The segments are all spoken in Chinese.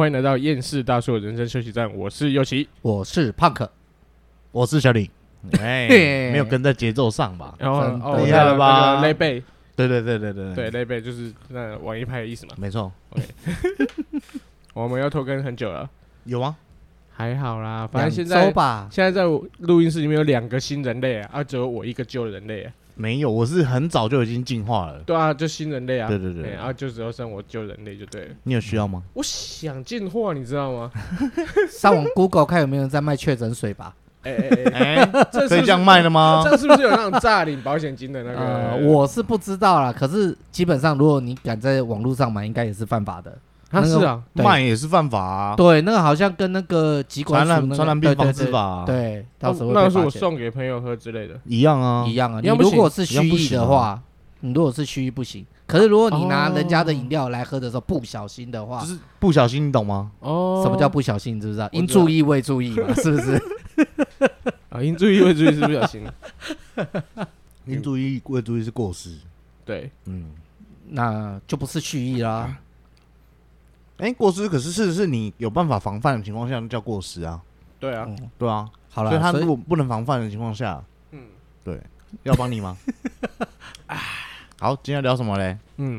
欢迎来到厌世大叔的人生休息站，我是尤奇， 我是胖克， 我是小李。没有跟在节奏上吧？ 然后厉害了吧？ 勒背， 对， 勒背就是那玩一派的意思嘛。 没错。 OK， 我们要拖更很久了， 有吗？ 还好啦，反正现 2周吧。 现在在录音室里面有2个新人类啊，只有我一个旧人类啊。 没有，我是很早就已经进化了。 对啊，就新人类啊。 对， 然后就只有剩我旧人类就对了。 你有需要吗？ 我想进化，你知道吗？ 上网 Google 看有没有人在卖确诊水吧。 这可以这样卖的吗？ 这样是不是有那种诈领保险金的那个？ 我是不知道啦，可是基本上如果你敢在网络上买，应该也是犯法的。 是啊， 卖也是犯法啊。 对，那个好像跟那个疾管署传染病防治法， 对，到时候那是我送给朋友喝之类的， 一样啊， 一样啊。你如果是蓄意的话，你如果是蓄意不行。可是如果你拿人家的饮料来喝的时候不小心的话， 就是不小心，你懂吗？ 哦，什么叫不小心？你知不知道？应注意未注意嘛，是不是？ 啊，应注意未注意是不小心。 应注意未注意是过失。 对， 那就不是蓄意啦。 过失可是你有办法防范的情况下，那叫过失啊。 对啊， 对啊。 好了， 所以他如果不能防范的情况下，对，要帮你吗？好，今天聊什么嘞？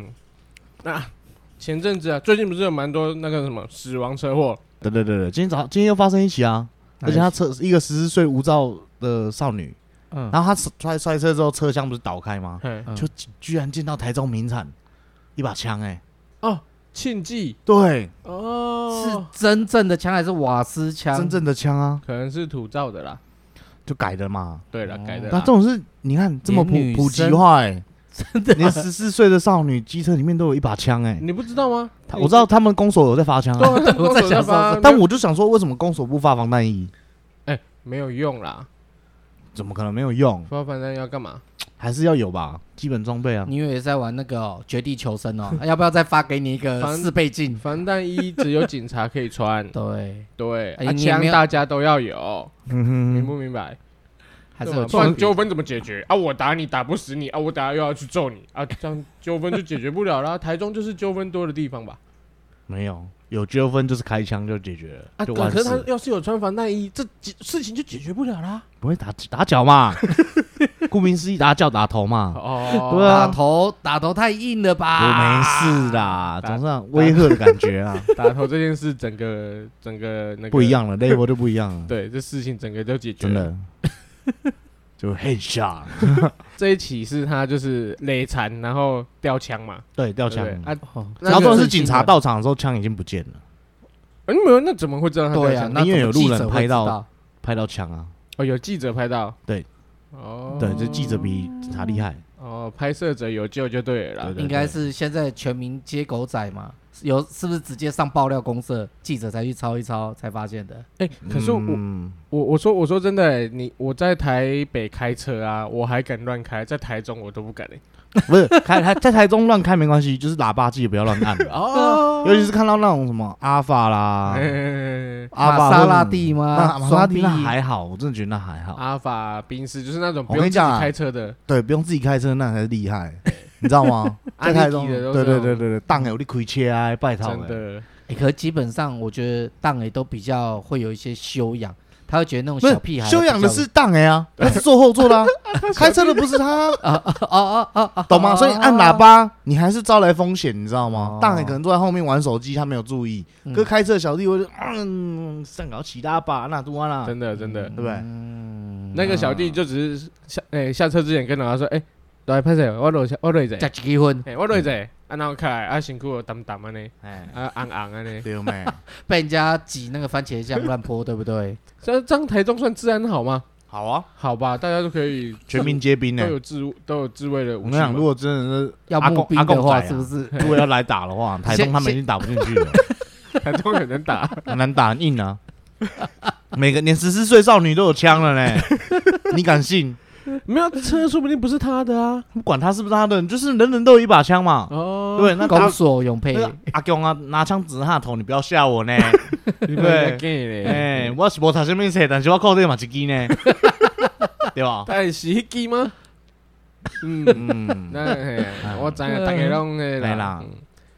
前阵子啊，最近不是有蛮多那个什么死亡车祸？ 对，今天又发生一起啊，而且他一个14岁无照的少女，然后他摔车之后，车厢不是倒开吗？就居然见到台中名产一把枪， 庆记， 对， 是真正的枪还是瓦斯枪？ 真正的枪啊， 可能是土造的啦， 就改的嘛。 对了，改的啦。 那这种是你看这么普及化，真的，连14岁的少女机车里面都有一把枪， 你不知道吗？ 我知道他们公所有在发枪啊， 我在想说， 但我就想说，为什么公所不发防弹衣？ 没有用啦， 怎么可能没有用？ 发防弹要干嘛？ 还是要有吧，基本装备啊。 你以为在玩那个绝地求生哦？要不要再发给你一个4倍镜？ 防弹衣只有警察可以穿。 对， 枪大家都要有，明不明白？ 还是有不然纠纷怎么解决啊？我打你打不死你啊，我等下又要去揍你啊，这样纠纷就解决不了啦。台中就是纠纷多的地方吧？ 没有纠纷就是开枪就解决了啊。 可是他要是有穿防弹衣，这事情就解决不了啦。 不会打脚嘛？顾名思义，打脚打头嘛。对啊， 打头太硬了吧？ 我没事啦，总是威吓的感觉啊。 打头这件事，整个那个不一样了 ，level 就不一样了。 对，这事情整个都解决了。 真的。就 headshot， 这一起是他就是累残，然后掉枪嘛， 对，掉枪然后都是警察到场的时候，枪已经不见了。 没有，那怎么会知道他掉枪？ 因为有路人拍到枪啊。 有记者拍到。 对，对，这记者比警察厉害。 拍摄者有救就对了啦。 应该是现在全民接狗仔嘛。是不是直接上爆料公社，记者才去抄一抄才发现的？ 可是我说真的，我在台北开车啊，我还敢乱开，在台中我都不敢不是在台中乱开没关系，就是喇叭记得不要乱按尤其是看到那种什么阿法啦、 玛莎拉蒂吗？ 玛莎拉蒂那还好，我真的觉得那还好。 阿法、宾士就是那种不用自己开车的， 对，不用自己开车那才是厉害。你知道吗？在台中，对，当有你开车啊，拜托。 真的， 可是基本上我觉得当都比较会有一些修养，他会觉得那种小屁孩修养的是当啊，他是坐后座的啊，开车的不是他懂吗？所以按喇叭你还是招来风险，你知道吗？当可能坐在后面玩手机，他没有注意，可开车的小弟我就上搞起喇叭那多啦， 真的，对不对？那个小弟就只是下车之前跟老师说，来拍摄，我落者， 才结婚， 我落者，然后开来，辛苦淡淡安尼，昂安尼， 对没？ 被人家挤那个番茄酱乱泼，对不对？ 这样台中算治安好吗？ 好啊， 好吧，大家都可以全民皆兵呢， 都有自卫的武器。 我想，如果真的是要募兵的话，是不是？ 如果要来打的话，台中他们已经打不进去了， 台中很难打， 很难打，很硬啊。每个连14岁少女都有枪了呢，你敢信？ 没有车，说不定不是他的啊！ 不管他是不是他的，就是人人都有一把枪嘛。对，那公所永佩阿公啊，拿枪指他头，你不要吓我呢。对，我是无读什么册，但是我靠这嘛一支呢，对吧？ 他是一支吗？那我知大家拢对啦。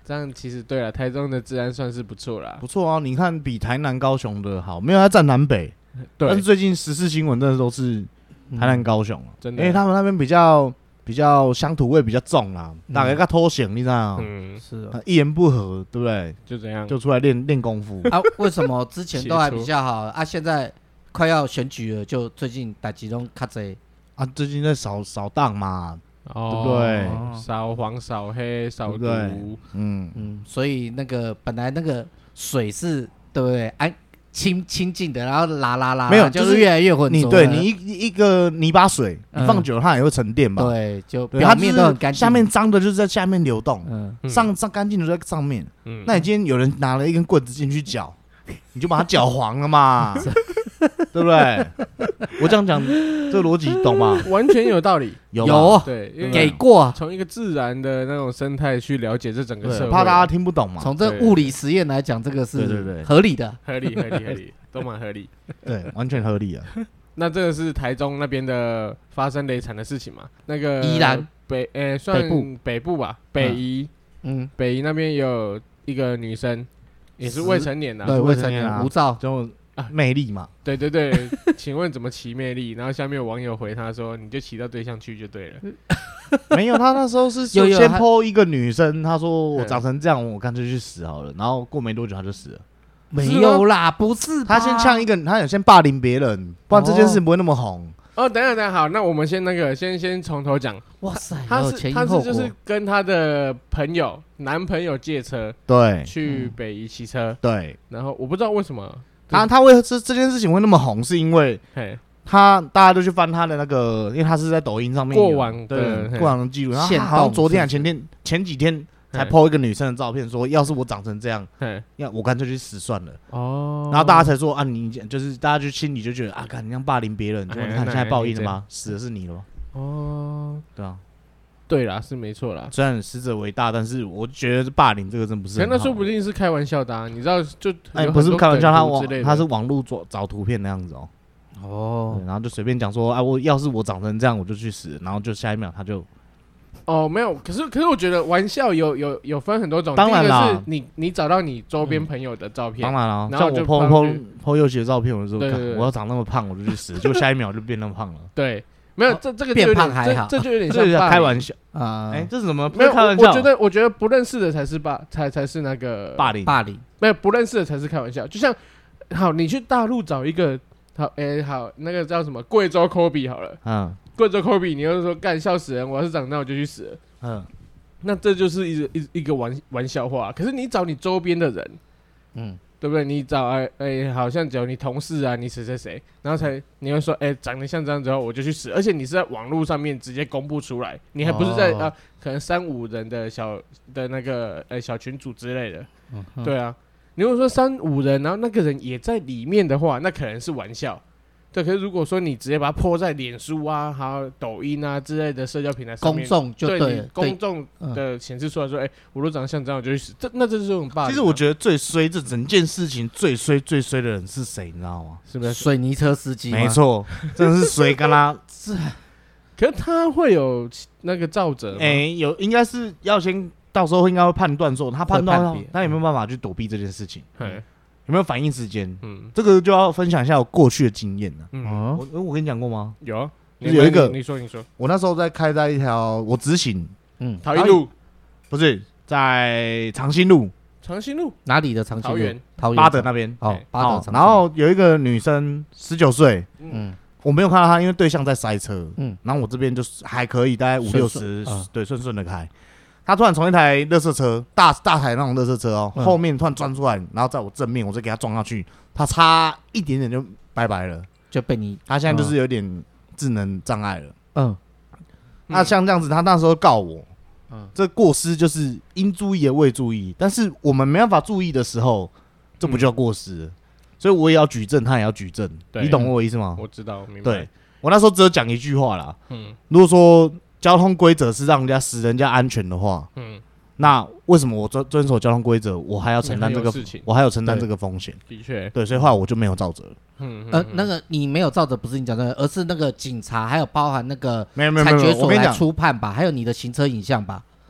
这样其实对了，台中的治安算是不错啦。 不错啊，你看比台南、高雄的好，没有在占南北。 对， 但是最近时事新闻真的都是台南、高雄真的， 因为他们那边比较乡土味比较重啦，大概个偷闲，你知道吗？ 是一言不合，对不对？ 就这样， 就出来练功夫啊？为什么之前都还比较好啊？现在快要选举了，就最近打几种卡贼啊？最近在扫荡嘛，对不对？ 扫黄、扫黑、扫毒， 所以那个本来那个水是对不对？清净的，然后拉， 没有， 就是越来越浑浊。 你一个泥巴水，你放久了它也会沉淀吧？ 对，就表面都很干净， 下面脏的就是在下面流动，上干净的就在上面。那你今天有人拿了一根棍子进去搅，你就把它搅黄了嘛，对不对？我这样讲，这个逻辑懂吗？ 完全有道理， 有对， 给过。 从一个自然的那种生态去了解这整个社会， 怕大家听不懂嘛。 从这物理实验来讲，这个是合理的， 合理，都蛮合理。 对，完全合理啊。 那这个是台中那边的发生雷惨的事情嘛？那个宜兰算北部吧，北宜，北宜那边有一个女生，也是未成年的， 对，未成年无照就。魅力嘛， 对，请问怎么骑魅力？然后下面有网友回他说：“你就骑到对象去就对了。” 没有，他那时候是先 po 一个女生，他说我长成这样，我干脆去死好了。然后过没多久他就死了。 没有啦，不是他先呛一个，他有先霸凌别人，不然这件事不会那么红。 哦，等一下，好，那我们先先从头讲。 哇塞， 他是就是跟他的男朋友借车， 对， 去北宜骑车， 对。 然后我不知道为什么。 他为这件事情会那么红，是因为大家都去翻他的那个，因为他是在抖音上面过往的记录，然后他好像昨天前几天才 po 一个女生的照片，说要是我长成这样，我干脆去死算了。哦，然后大家才说啊，你就是大家就心里就觉得啊，干你这样霸凌别人，你看现在报应了吗？死的是你了吗？哦，对啊。 对啦，是没错啦。 虽然死者为大，但是我觉得霸凌这个真不是很好。 那说不定是开玩笑的啊，你知道就不是开玩笑，他是网络找图片那样子哦。哦，然后就随便讲说，要是我长成这样，我就去死，然后就下一秒他就。 哦，没有，可是我觉得玩笑有分很多种。 当然啦， 是你找到你周边朋友的照片， 当然啦，像我 po 右斜的照片，我就说，我要长那么胖，我就去死，就下一秒就变那么胖了。 对。没有，这个变胖还好， 这就有点像开玩笑啊！这是什么？ 没有开玩笑。 我觉得不认识的才是才是那个霸凌。 没有不认识的才是开玩笑。就像好，你去大陆找一个好那个叫什么贵州科比好了，贵州科比，你又说干笑死人，我要是长那我就去死了，那这就是一个玩笑话。可是你找你周边的人，对不对？你找好像只有你同事啊，你谁，然后你会说长得像这样之后我就去死，而且你是在网络上面直接公布出来，你还不是在可能3-5人的那个小群组之类的，对啊。你如果说3-5人，然后那个人也在里面的话，那可能是玩笑。对，可是如果说你直接把它po在脸书啊、还有抖音啊之类的社交平台上面， 公众就对了， 公众的显示出来说，我如果长得像这样，我就去死。这就是这种霸凌。 其实我觉得最衰，这整件事情最衰的人是谁，你知道吗？ 是不是水泥车司机？ 没错，真的是谁跟他是？ 可是他会有那个肇责吗？ 有，应该是要先到时候应该会判断说，他判断他有没有办法去躲避这件事情。有没有反应时间？这个就要分享一下我过去的经验了。我跟你讲过吗？ 有， 有一个。 你说。 我那时候开在一条我直行， 桃园路不是在长兴路。 长兴路哪里的长兴路？ 桃园八德那边。 八德。 然后有一个女生19岁，我没有看到她，因为对象在塞车。然后我这边就是还可以，大概50-60，对，顺顺的开。他突然从一台垃圾车，大台那种垃圾车后面突然钻出来，然后在我正面，我就给他撞下去，他差一点点就拜拜了， 就被你。 他现在就是有点智能障碍了。那像这样子，他那时候告我，这过失就是应注意而未注意，但是我们没办法注意的时候，这不叫过失，所以我也要举证，他也要举证，你懂我意思吗？ 我知道，明白。 对，我那时候只有讲一句话啦，如果说。交通规则是让人家使人家安全的话，那为什么我遵守交通规则，我还要承担这个事情，我还要承担这个风险？ 的确， 对，所以后来我就没有照责。 那个你没有照责，不是你讲的，而是那个警察还有包含那个没有裁决所来初判吧，还有你的行车影像吧。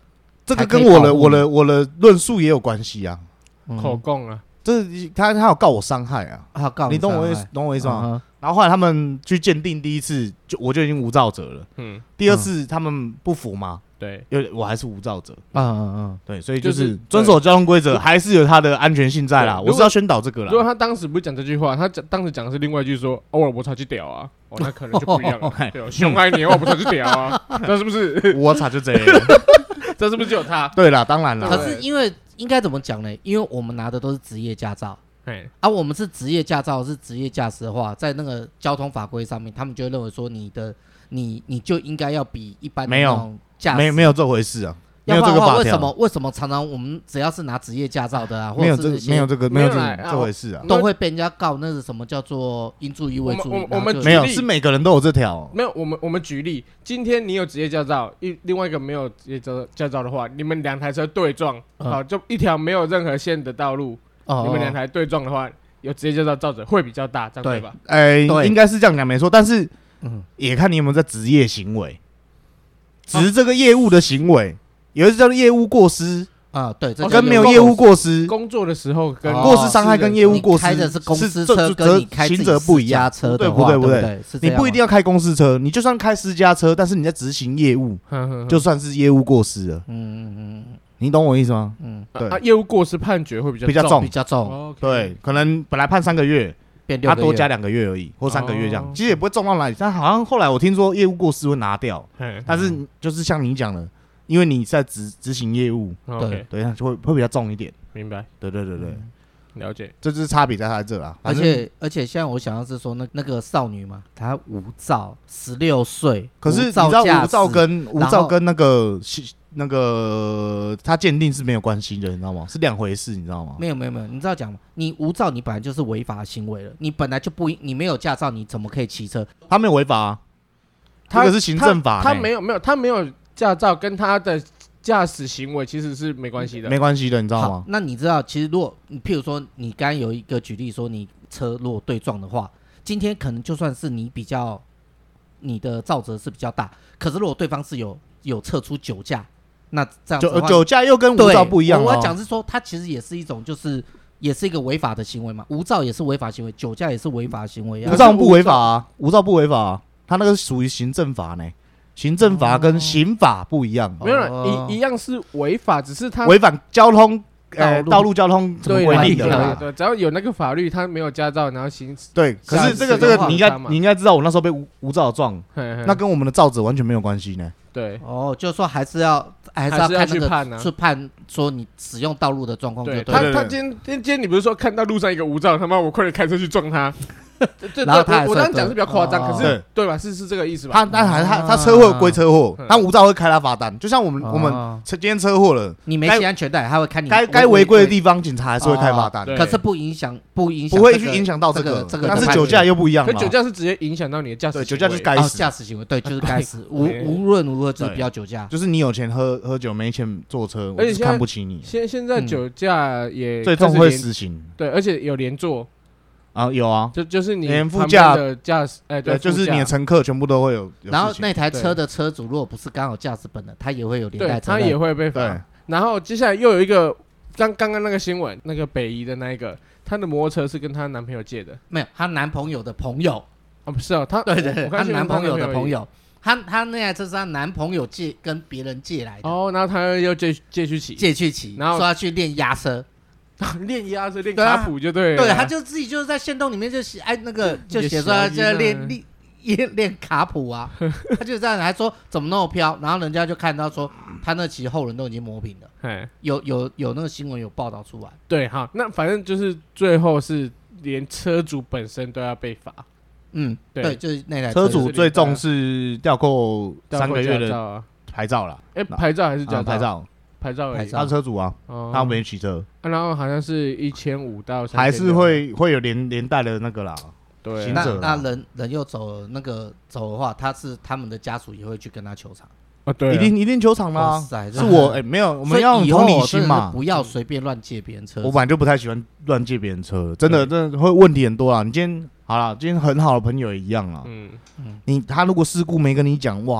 这个跟我的论述也有关系啊， 口供啊， 这他有告我伤害啊，你懂我意思吗？然后后来他们去鉴定第一次，我就已经无造者了，第二次他们不服嘛。对，因为我还是无照者，对，所以就是遵守交通规则，还是有它的安全性在啦。我是要宣导这个啦。 如果他当时不讲这句话，他当时讲的是另外一句说：“哦，我才去屌啊！”那可能就不一样了。对，熊爱你，我才去屌啊！这是不是？ 我才就这样， 这是不是就有他？ 对啦，当然啦。 可是因为应该怎么讲呢？因为我们拿的都是职业驾照，我们是职业驾照，是职业驾驶的话，在那个交通法规上面，他们就会认为说你就应该要比一般的那种。 没有这回事啊，没有这个法条。为什么常常我们只要是拿职业驾照的啊， 没有这回事啊， 都会被人家告那是什么叫做应注意未注意？ 我们没有，是每个人都有这条。 没有，我们举例，今天你有职业驾照，另外一个没有职业驾照的话，你们两台车对撞，好，就一条没有任何线的道路，你们两台对撞的话，有职业驾照照者会比较大，这样对吧？ 应该是这样讲没错，但是也看你有没有在职业行为。只是这个业务的行为，有一次叫做业务过失啊，对， 跟没有业务过失， 工作的时候跟过失伤害跟业务过失， 开的是公司车，跟你开行者不一样， 对不对？ 不对？ 你不一定要开公司车，你就算开私家车，但是你在执行业务，就算是业务过失了。你懂我意思吗？ 对，业务过失判决会比较重， 对，可能本来判3个月。他多加2个月而已，或3个月这样，其实也不会重到哪里。但好像后来我听说业务过失会拿掉，但是就是像你讲的，因为你在执行业务，对，就会比较重一点。 明白？ 对， 了解。 这就是差别在这啦。 而且现在我想要是说那个少女嘛，她无照，16岁， 可是你知道无照跟那个他鉴定是没有关系的，你知道吗？是2回事，你知道吗？ 没有，你知道讲吗？你无照，你本来就是违法行为了，你本来就你没有驾照，你怎么可以骑车？ 他没有违法啊，这个是行政法。 他没有驾照，跟他的驾驶行为其实是没关系的， 没关系的，你知道吗？ 那你知道，其实如果譬如说你刚刚有一个举例说你车如果对撞的话，今天可能就算是你的肇责是比较大，可是如果对方是有测出酒驾。那这样子酒驾又跟无照不一样。 我要讲是说，它其实也是一种，就是也是一个违法的行为嘛。无照也是违法行为，酒驾也是违法行为。 无照不违法啊，无照不违法啊，它那个属于行政法呢。行政法跟刑法不一样， 没有一样是违法，只是它违反交通道路交通怎么规定的？ 对，只要有那个法律，他没有驾照，然后行对。可是这个你应该知道，我那时候被无照撞，那跟我们的肇责完全没有关系呢。 对， 就是说还是要看那个去判说你使用道路的状况就对。 他今天你不是说看到路上一个无照，他妈我快点开车去撞他。 然后我刚刚讲是比较夸张，可是对吧？是这个意思吧？ 他车祸归车祸，他无照会开他罚单，就像我们今天车祸了， 你没系安全带，他会看你该违规的地方，警察还是会开罚单。 可是不会去影响到这个，但是酒驾又不一样嘛。 可酒驾是直接影响到你的驾驶， 酒驾就是该死驾驶行为，对，就是该死。无论如何就是不要酒驾， 就是你有钱喝酒，没钱坐车，我是看不起你。 现在酒驾也最重会死刑， 对，而且有连坐。 有啊， 就是你连副驾的驾驶， 对，就是你的乘客全部都会有。 然后那台车的车主如果不是刚好驾驶本的，他也会有连带责任， 他也会被罚。然后接下来又有一个刚刚那个新闻，那个北宜的那一个，她的摩托车是跟她男朋友借的， 没有，她男朋友的朋友不是她对，她男朋友的朋友，她那台车是她男朋友跟别人借来的。 然后她又借去骑， 然后说要去练压车。 练压车练卡普就对了， 对，他就自己就是在限动里面就写那个就写说要练卡普啊，他就这样还说怎么那么飘，然后人家就看到说他那其实后轮都已经磨平了，有那个新闻有报道出来， 对，好，那反正就是最后是连车主本身都要被罚， 对，就是那台车主最重是吊扣3个月的牌照啦， 牌照还是驾照？牌照而已，他是车主啊，他没骑车， 然后好像是1500到3000， 还是会有连带的那个啦。 对， 那人又走了，那个走的话，他们的家属也会去跟他求偿对， 一定求偿啦。是我没有，我们要有同理心嘛， 不要随便乱借别人车。 我本来就不太喜欢乱借别人车，真的会问题很多啦。你今天好了，今天很好的朋友也一样啊。他如果事故没跟你讲，哇，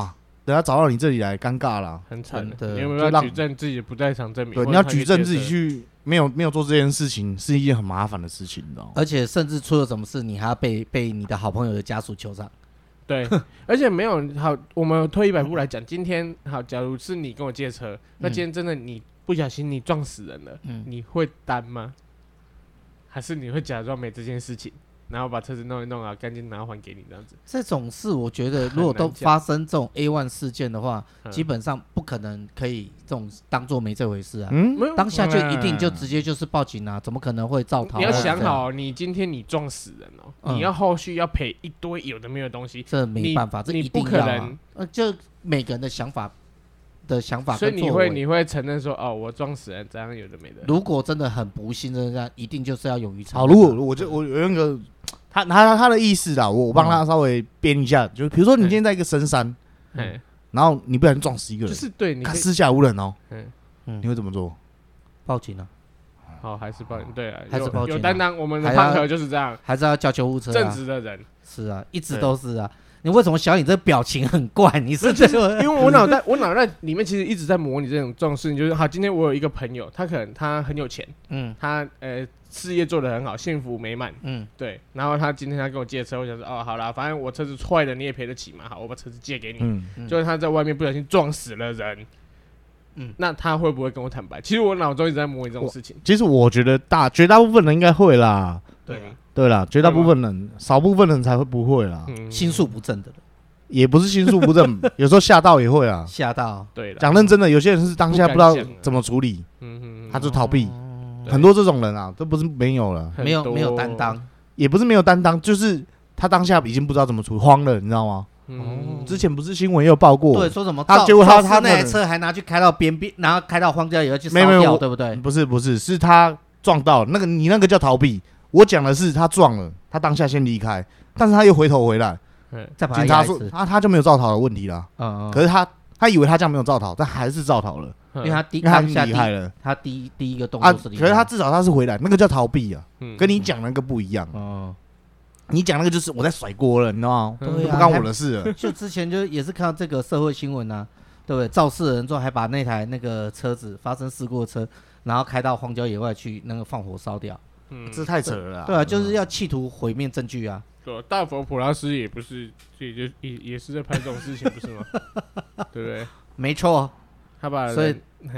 等下找到你这里来，尴尬啦， 很惨的。你有没有要举证自己不在场证明？ 对，你要举证自己去没有做这件事情，是一件很麻烦的事情，你知道吗？ 而且甚至出了什么事，你还要被你的好朋友的家属求偿。 对，而且没有好，我们退100步来讲，今天好，假如是你跟我借车，那今天真的你不小心你撞死人了，你会担吗？还是你会假装没这件事情？然后把车子弄一弄啊，赶紧拿还给你这样子。 这种事，我觉得如果都发生这种 A1 事件的话，基本上不可能可以这种当做没这回事啊。当下就一定就直接就是报警啊，怎么可能会造逃？ 你要想好，你今天你撞死人哦，你要后续要赔一堆有的没有东西， 这没办法，这一定要啊。就每个人的想法。所以你会承认说哦，我撞死人这样有的没的。 如果真的很不幸，真的这样，一定就是要勇于承认。 好，如果我有那个他的意思啦，我帮他稍微编一下，就比如说你今天在一个深山，然后你不小心撞死一个人， 就是对， 他四下无人哦，你会怎么做？ 报警啊！ 好，还是报警？对啊， 还是报警。 有担当，我们的胖哥就是这样， 还是要叫救护车。 正直的人是啊，一直都是啊。你为什么小颖这表情很怪？你是这个？ 因为我脑袋里面其实一直在模拟这种事情，就是好，今天我有一个朋友，他可能他很有钱，他事业做得很好，幸福美满，对。然后他今天他跟我借车，我想说哦，好啦，反正我车子坏了你也赔得起嘛，好，我把车子借给你。就是他在外面不小心撞死了人，那他会不会跟我坦白？其实我脑中一直在模拟这种事情。 其实我觉得绝大部分人应该会啦，对啦，绝大部分人，少部分人才会不会啦。 心术不正的人， 也不是心术不正，有时候吓到也会啊。 吓到， 对啦。 讲认真的，有些人是当下不知道怎么处理，他就逃避。很多这种人啊，这不是没有了， 没有担当， 也不是没有担当，就是他当下已经不知道怎么处理，慌了，你知道吗？之前不是新闻也有报过， 对，说什么结果他那台车还拿去开到边边，然后开到荒郊野外去烧掉，对不对？ 不是，是他撞到那个，你那个叫逃避。我讲的是他撞了，他当下先离开，但是他又回头回来，警察说他就没有肇逃的问题了。可是他以为他这样没有肇逃，但还是肇逃了， 因为他厉害了。 他第一个动作是离开， 可是他至少他是回来，那个叫逃避啊，跟你讲那个不一样。你讲那个就是我在甩锅了，你知道吗？不干我的事了。 就之前就也是看到这个社会新闻啊，对不对？肇事人之后还把那台那个车子发生事故的车，然后开到荒郊野外去那个放火烧掉。 这太扯了。 对啊，就是要企图毁灭证据啊。 对，大佛普拉斯也不是，也是在拍这种事情，不是吗？对不对？ 没错， 他把所以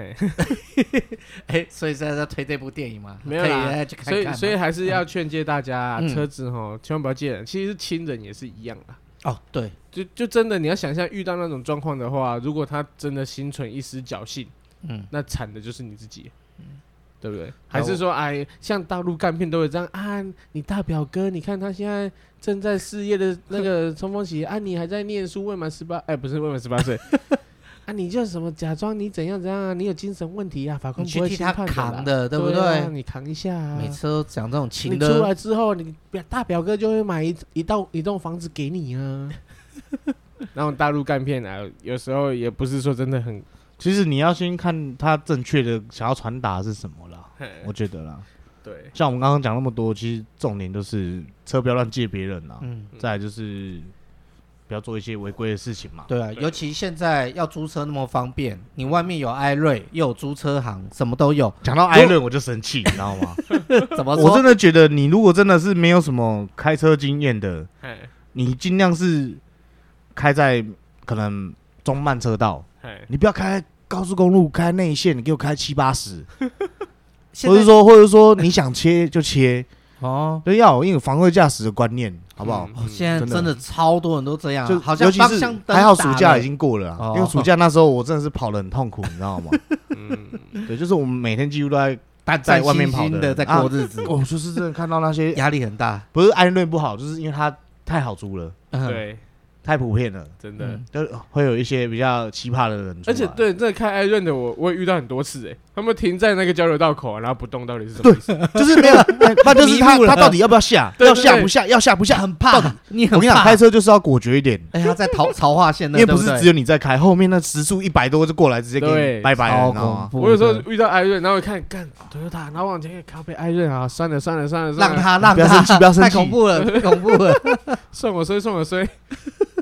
所以现在在推这部电影嘛， 没有啦，所以还是要劝诫大家，车子千万不要借人，其实亲人也是一样啦。 哦，对， 就真的你要想象遇到那种状况的话，如果他真的心存一丝侥幸，那惨的就是你自己。对不对？还是说，像大陆干片都会这样啊？你大表哥，你看他现在正在事业的那个冲锋期啊，你还在念书，未满18，不是未满18岁啊，你就什么假装你怎样啊？你有精神问题啊？法官不会轻判的啦， 你去替他扛的，对不对？ 你扛一下啊！ 每次都讲这种情的， 你出来之后，你大表哥就会买一栋房子给你啊。那种大陆干片啊，有时候也不是说真的很。 其实你要先看他正确的想要传达是什么啦，我觉得啦。 对， 像我们刚刚讲那么多，其实重点都是车不要乱借别人啦，再来就是不要做一些违规的事情嘛。 对啊，尤其现在要租车那么方便，你外面有艾瑞，又有租车行，什么都有。 讲到艾瑞我就生气，你知道吗？ 怎么说？ 我真的觉得你如果真的是没有什么开车经验的，你尽量是开在可能中慢车道。你不要开高速公路，开内线，你给我开70-80，或者说你想切就切哦，就要有防卫驾驶的观念，好不好？ 现在真的超多人都这样， 就好像尤其是还好暑假已经过了因为暑假那时候我真的是跑得很痛苦，你知道吗？对，就是我们每天几乎都在外面跑的，在过日子。 我就是真的看到那些压力很大， 不是艾瑞不好，就是因为它太好租了。 对。 太普遍了， 真的， 就会有一些比较奇葩的人出来。 而且对，这开艾润的我也遇到很多次他们停在那个交流道口然后不动，到底是什么意思？ 对，就是没有，那就是他到底要不要下？要下不下？要下不下？ 很怕。我跟你讲，开车就是要果决一点。 他在曹化线那， 因为不是只有你在开，后面那时速100多就过来，直接给你拜拜了，你知道吗？ 我有时候遇到艾润，然后看Toyota，然后往前靠北艾润啊，算了， 让他不要生气，不要生气， 太恐怖了，太恐怖了， 送我衰。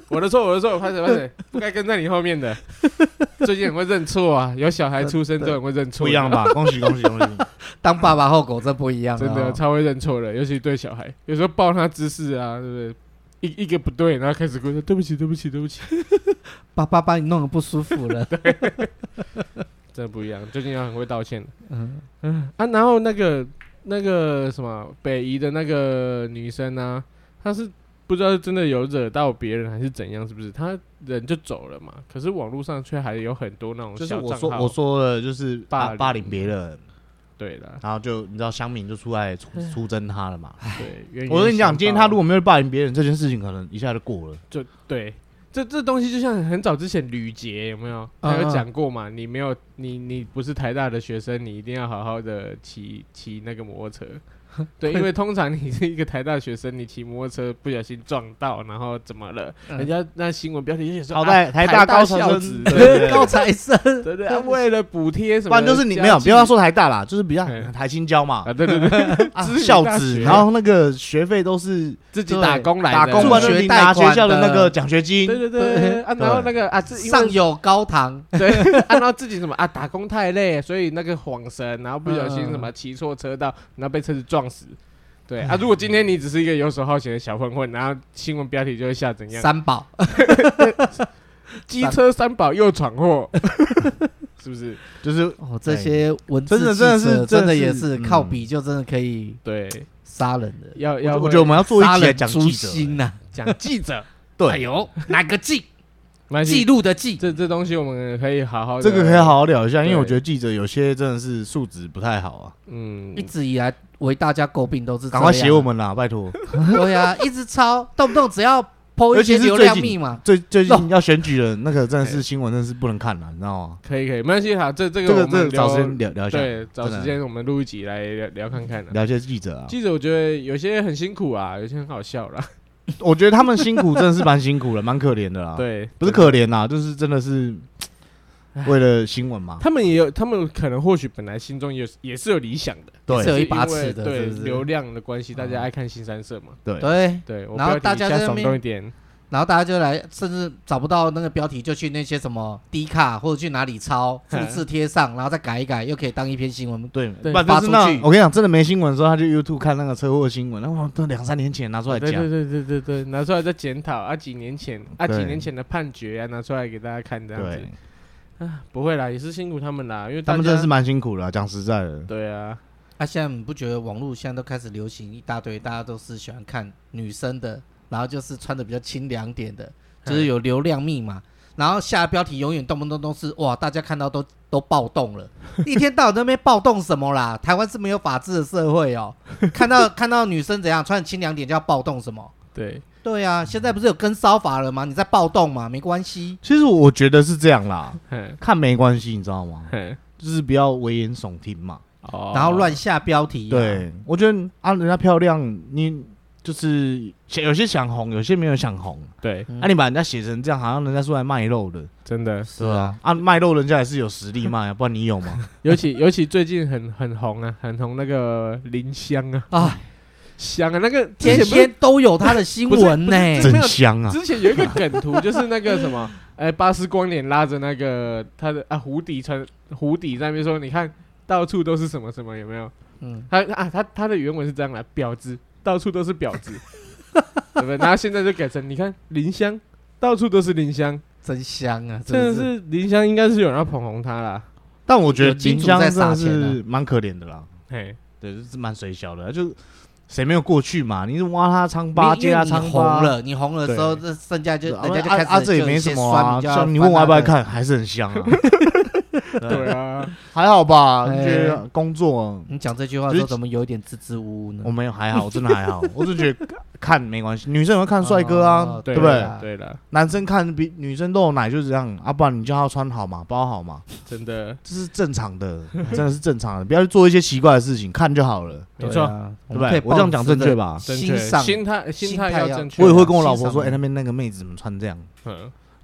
我的错，拍谁，不该跟在你后面的。最近很会认错啊，有小孩出生都很会认错， 不一样吧？恭喜！ 当爸爸后果真不一样， 真的超会认错的，尤其对小孩，有时候抱他姿势啊，对不对？一个不对，然后开始说对不起， 爸把你弄得不舒服了。 对，真的不一样。最近很会道歉。然后那个什么北宜的那个女生啊，她是不知道是真的有惹到别人还是怎样，是不是？她人就走了嘛，可是网络上却还有很多那种小账号， 就是我说的，就是霸凌别人。 对了， 然后就你知道乡民就出来出征他了嘛？ 对， 我跟你讲，今天他如果没有霸凌别人，这件事情可能一下就过了。 就对，这东西就像很早之前吕捷有没有？他有讲过嘛？你没有你不是台大的学生，你一定要好好的骑那个摩托车。对，因为通常你是一个台大学生，你骑摩托车不小心撞到，然后怎么了？人家那新闻标题就写说， 好在台大高材生， 高材生， 对，为了补贴什么， 不然就是你没有，不要说台大啦，就是比较台清交嘛， 对， 校子，然后那个学费都是自己打工来的， 打工完就拿学校的那个奖学金， 对，然后那个上有高堂， 对，然后自己什么打工太累，所以那个晃神，然后不小心什么骑错车道，然后被车子撞死。对如果今天你只是一个游手好闲的小混混，然后新闻标题就会下怎样？ 三宝， 机车三宝又闯祸，是不是？ 就是这些文字真的也是靠笔就真的可以对杀人的。 我觉得我们要做一集来讲记者， 讲记者。 对， 哎呦，哪个记？记录的记， 这东西我们可以好好， 这个可以好好聊一下，因为我觉得记者有些真的是素质不太好啊。 一直以来为大家诟病都是赶快写我们啦，拜托。 对啊，一直抄，动不动只要 po 一些流量密码。 最近要选举了，那个真的是新闻，真的是不能看了，你知道吗？ 可以，没关系，好，这个找时间聊一下， 对，找时间我们录一集来聊看看， 聊一些记者啊。 记者我觉得有些很辛苦啊，有些很好笑啦。 我觉得他们辛苦真的是蛮辛苦的，蛮可怜的啦。 对， 不是可怜啦，就是真的是为了新闻嘛。 他们可能或许本来心中也是有理想的， 对， 是有一把尺的， 对，流量的关系，大家爱看新三色嘛。 对， 然后大家在爽动一点。 然后大家就来，甚至找不到那个标题，就去那些什么 D 卡或者去哪里抄，复制贴上，然后再改一改，又可以当一篇新闻。 对， 发出去。 我跟你讲，真的没新闻的时候，他就 YouTube 看那个车祸新闻，然后都2-3年前拿出来讲。 对，拿出来再检讨几年前的判决拿出来给大家看这样子。不会啦，也是辛苦他们啦，因为他们真的是蛮辛苦的，讲实在的。 对啊。 现在你不觉得网络现在都开始流行一大堆，大家都是喜欢看女生的。然后就是穿的比较清凉点的，就是有流量密码，然后下标题永远动不动都是哇，大家看到都暴动了，一天到晚在那边暴动什么啦？台湾是没有法治的社会哦，看到女生怎样穿清凉点就要暴动什么？对啊，现在不是有跟骚法了吗？你在暴动嘛，没关系。 其实我觉得是这样啦，看没关系，你知道吗？就是不要危言耸听嘛， 然后乱下标题。 对，我觉得人家漂亮，你。就是有些想红，有些没有想红。 对， 你把人家写成这样，好像人家是来卖肉的， 真的是啊。 卖肉人家也是有实力卖，不然你有吗？ 尤其最近很红啊，很红那个林香啊，香啊，那个天天都有他的新闻呢， 真香啊！ 之前有一个梗图，就是那个什么，巴斯光年拉着那个他的胡迪在那边说，你看到处都是什么什么，有没有？他的原文是这样来，婊子。到处都是婊子，对不对？然后现在就改成你看林香，到处都是林香， 真香啊！ 真的是林香，应该是有人要捧红他啦。 但我觉得林香真的是蛮可怜的啦。对，就是蛮水小的，就谁没有过去嘛？你是挖他疮疤，揭他疮疤， 你红了的时候，这剩下就人家就开始这也没什么啊。像你问我要不要看，还是很香啊。 对啊， 还好吧？你觉得工作？ 你讲这句话的时候，怎么有一点支支吾吾呢？ 我没有，还好，真的还好。我就觉得看没关系，女生也会看帅哥啊，对不对？ 对的， 男生看比女生都有奶就是这样啊，不然你叫他穿好嘛，包好嘛， 真的， 这是正常的，真的是正常的，不要去做一些奇怪的事情，看就好了。 没错， 对不对？我这样讲正确吧？ 正确，心态要正确。 我也会跟我老婆说，那边那个妹子怎么穿这样？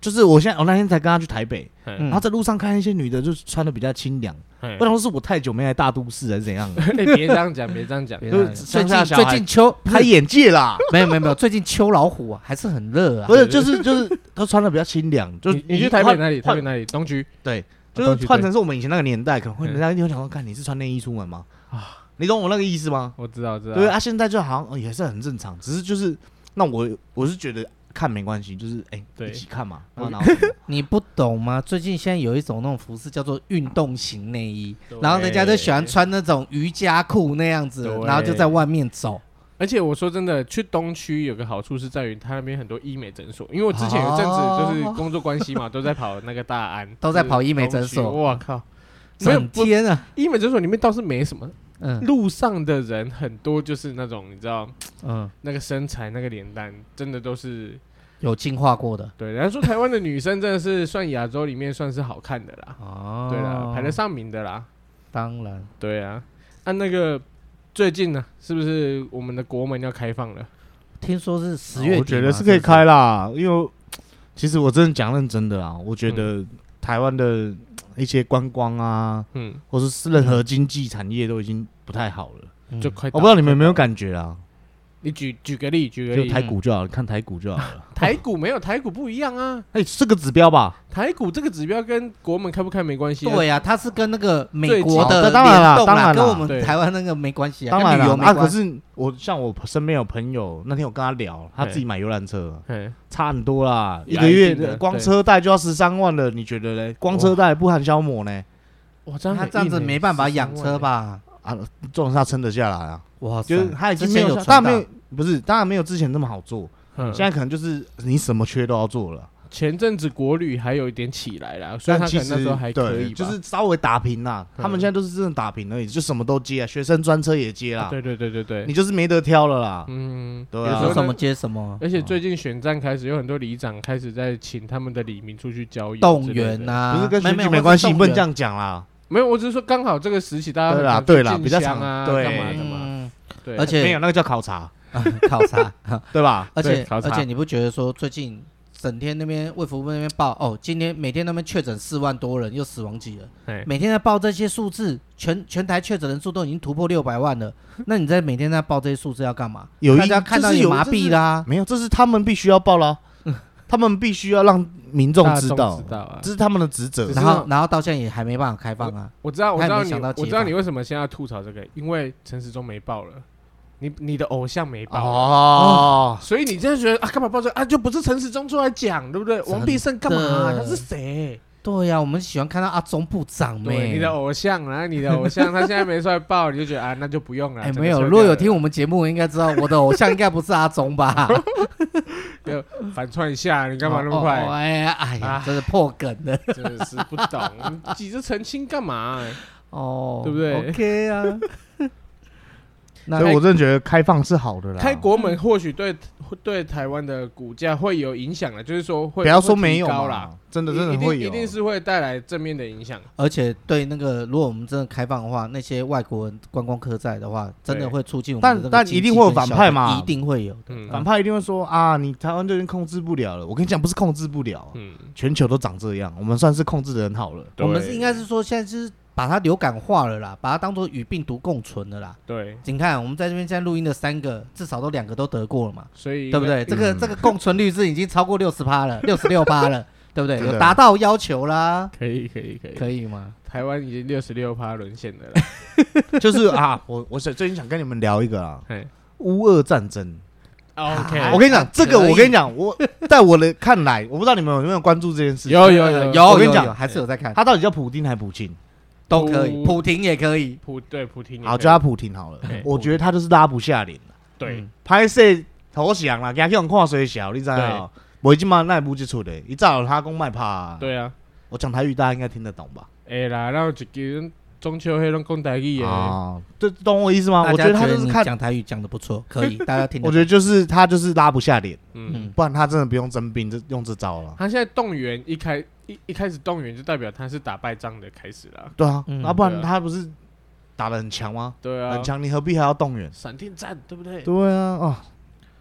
就是我那天才跟他去台北，然后在路上看一些女的，就穿的比较清凉。我想说是我太久没来大都市还是怎样的？ 别这样讲，别这样讲。 最近秋开眼界啦， 没有，最近秋老虎啊还是很热啊。 不是，就是他穿的比较清凉。就你去台北哪里？台北哪里？东区。 对，就是换成是我们以前那个年代，可能会人家一定会想说，看你是穿内衣出门吗？啊，你懂我那个意思吗？ 我知道。 对啊，现在就好像也是很正常，只是就是那我是觉得。看没关系，就是一起看嘛。 你不懂吗？最近现在有一种那种服饰叫做运动型内衣，然后人家就喜欢穿那种瑜伽裤那样子，然后就在外面走。 而且我说真的，去东区有个好处是在于它那边很多医美诊所，因为我之前有一阵子就是工作关系嘛，都在跑那个大安， 都在跑医美诊所。 我靠， 整天啊！ 医美诊所里面倒是没什么。路上的人很多，就是那种你知道，那个身材、那个脸蛋，真的都是有进化过的。 对，人家说台湾的女生真的是算亚洲里面算是好看的啦。哦，对啦，排得上名的啦。 当然， 对啊。按那个最近呢，是不是我们的国门要开放了？ 听说是10月底， 我觉得是可以开啦。因为其实我真的讲认真的啊，我觉得台湾的一些观光啊，或是任何经济产业都已经不太好了， 就快。 我不知道你们有没有感觉啊？ 你举个例， 就台股就好了，看台股就好了。 台股没有台股不一样啊， 是个指标吧？ 台股这个指标跟国门开不开没关系。 对呀，它是跟那个美国的联动啦，跟我们台湾那个没关系啊。 当然了，可是我身边有朋友，那天我跟他聊，他自己买游览车，差很多啦，一个月光车贷就要13万了，你觉得嘞？光车贷不含消磨呢？ 哇，他这样子没办法养车吧？ 啊，重点是他撑得下来啊！ 哇， 就是他已经没有，当然没有之前那么好做，现在可能就是你什么缺都要做了。 前阵子国旅还有一点起来啦，所以他可能那时候还可以吧， 就是稍微打平啦。他们现在都是真的打平而已，就什么都接啊，学生专车也接啦。 对， 你就是没得挑了啦。 对啊，说什么接什么。 而且最近选战开始，有很多里长开始在请他们的里民出去郊游动员啊， 不是跟选举没关系，不能这样讲啦。 没有，我只是说刚好这个时期大家对啦，比较长啊，干嘛的嘛。对， 而且没有那个叫考察， 考察对吧？ 而且你不觉得说最近整天那边卫福部那边报今天每天那边确诊4万多人，又死亡几人，每天在报这些数字，全台确诊人数都已经突破600万了。那你在每天在报这些数字要干嘛？大家看到你麻痹啦。 没有，这是他们必须要报啦。他们必须要让民众知道，这是他们的职责。 然后到现在也还没办法开放啊。 我知道你为什么现在要吐槽这个，因为陈时中没报了。你的偶像没报所以你真的觉得啊，干嘛报这啊？就不是陈时中出来讲，对不对？王必胜干嘛？他是谁？ 对呀，我们喜欢看到阿中部长你的偶像啊，他现在没出来报，你就觉得啊，那就不用了。 没有，如果有听我们节目，应该知道我的偶像应该不是阿中吧？ 反串一下，你干嘛那么快？ 哎呀，真是破梗了， 真的是不懂，急着澄清干嘛？对不对 ？OK 啊。 所以我真的觉得开放是好的啦。 开国门或许对台湾的股价会有影响了，就是说会不要说没有啦，真的会有， 一定是会带来正面的影响。 而且对那个，如果我们真的开放的话，那些外国人观光客在的话，真的会促进我们的但一定会有反派嘛， 一定会有的。 反派一定会说啊，你台湾就已经控制不了了。我跟你讲，不是控制不了，全球都长这样，我们算是控制的很好了。 我们应该是说现在就是把它流感化了啦，把它当作与病毒共存了啦。 对， 你看我们在这边现在录音的3个，至少都2个都得过了嘛， 所以对不对？这个共存率是已经超过60%了，66%了，对不对？有达到要求啦。 可以吗？ 台湾已经66%沦陷的了。 就是啊，我最近想跟你们聊一个啊，乌俄战争。 OK， 我跟你讲，这个我跟你讲，我在我的看来，我不知道你们有没有关注这件事情。 有， 我跟你讲， 还是有在看。 他到底叫普丁还是普京？ 都可以，普廷也可以。 普廷好，叫他普廷好了。我觉得他就是拉不下脸了。 对， 拍摄投降啦，给他去用看水小，你知道？我已经嘛那不接触的，一早他讲卖怕。 对啊， 我讲台语大家应该听得懂吧？ 啦，然后一个中秋黑龙讲台语的， 这懂我意思吗？我觉得他就是看讲台语讲的不错，可以，大家听得懂。 我觉得就是他就是拉不下脸，不然他真的不用征兵，用这招了。 他现在动员一开始动员，就代表他是打败仗的开始了。 对啊，那不然他不是打得很强吗？ 对啊， 很强，你何必还要动员？ 闪电战，对不对？ 对啊，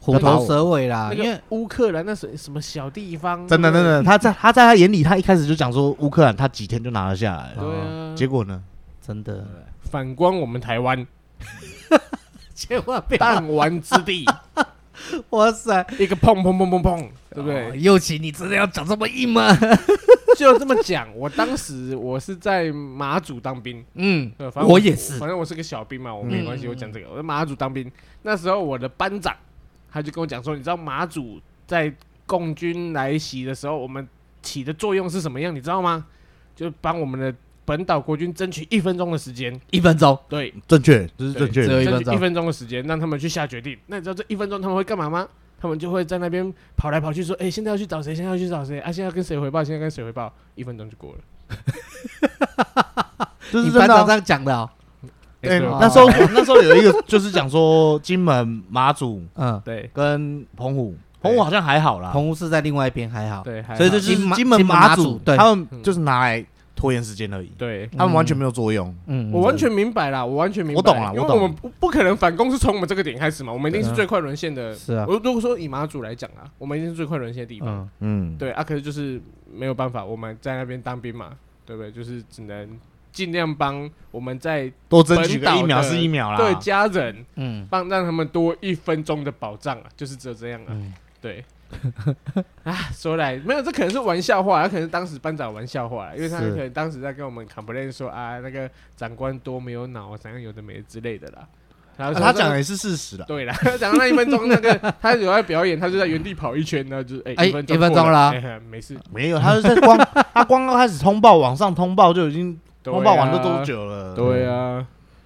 虎头蛇尾啦。因为乌克兰那什么小地方， 真的，他在他眼里，他一开始就讲说乌克兰他几天就拿了下来了， 对啊， 结果呢， 真的反观我们台湾， 千万不要弹丸之地。 哇塞， 一个砰砰砰砰砰，对不对？ 佑奇，你真的要讲这么硬吗？ 就这么讲，我当时我是在马祖当兵， 我也是， 反正我是个小兵嘛，我没关系，我讲这个，我在马祖当兵，那时候我的班长他就跟我讲说，你知道马祖在共军来袭的时候，我们起的作用是什么样，你知道吗？就帮我们的本岛国军争取1分钟的时间 ，1分钟， 对， 正确，这是正确的， 只有1 分钟的时间，让他们去下决定。那你知道这1分钟他们会干嘛吗？他们就会在那边跑来跑去，说：“现在要去找谁？现在要去找谁？现在要跟谁回报？现在跟谁回报？”1分钟就过了。 你班长这样讲的哦。 对，那时候有一个就是讲说金门、马祖， 对， 跟澎湖好像还好啦， 澎湖是在另外一边还好， 对， 所以就是金门、马祖，他们就是拿来拖延时间而已， 对， 他们完全没有作用。 我完全明白啦，我懂了， 因为我们不可能反攻是从我们这个点开始嘛，我们一定是最快沦陷的。 是啊， 如果说以马祖来讲啊，我们一定是最快沦陷的地方。对啊，可是就是没有办法，我们在那边当兵嘛，对不对？就是只能尽量帮我们在多争取个1秒是1秒啦， 对家人，让他们多1分钟的保障啊，就是只有这样啊，对。说来没有，这可能是玩笑话，他可能当时班长玩笑话，因为他可能当时在跟我们 complain 说那个长官多没有脑，怎样有的没的之类的啦。 他讲的也是事实啦。 对啦，讲到那1分钟，那个他有在表演，他就在原地跑1圈呢，就是1分钟啦， 没事， 没有，他是在他光开始通报，往上通报就已经通报完都多久了？ 对啊，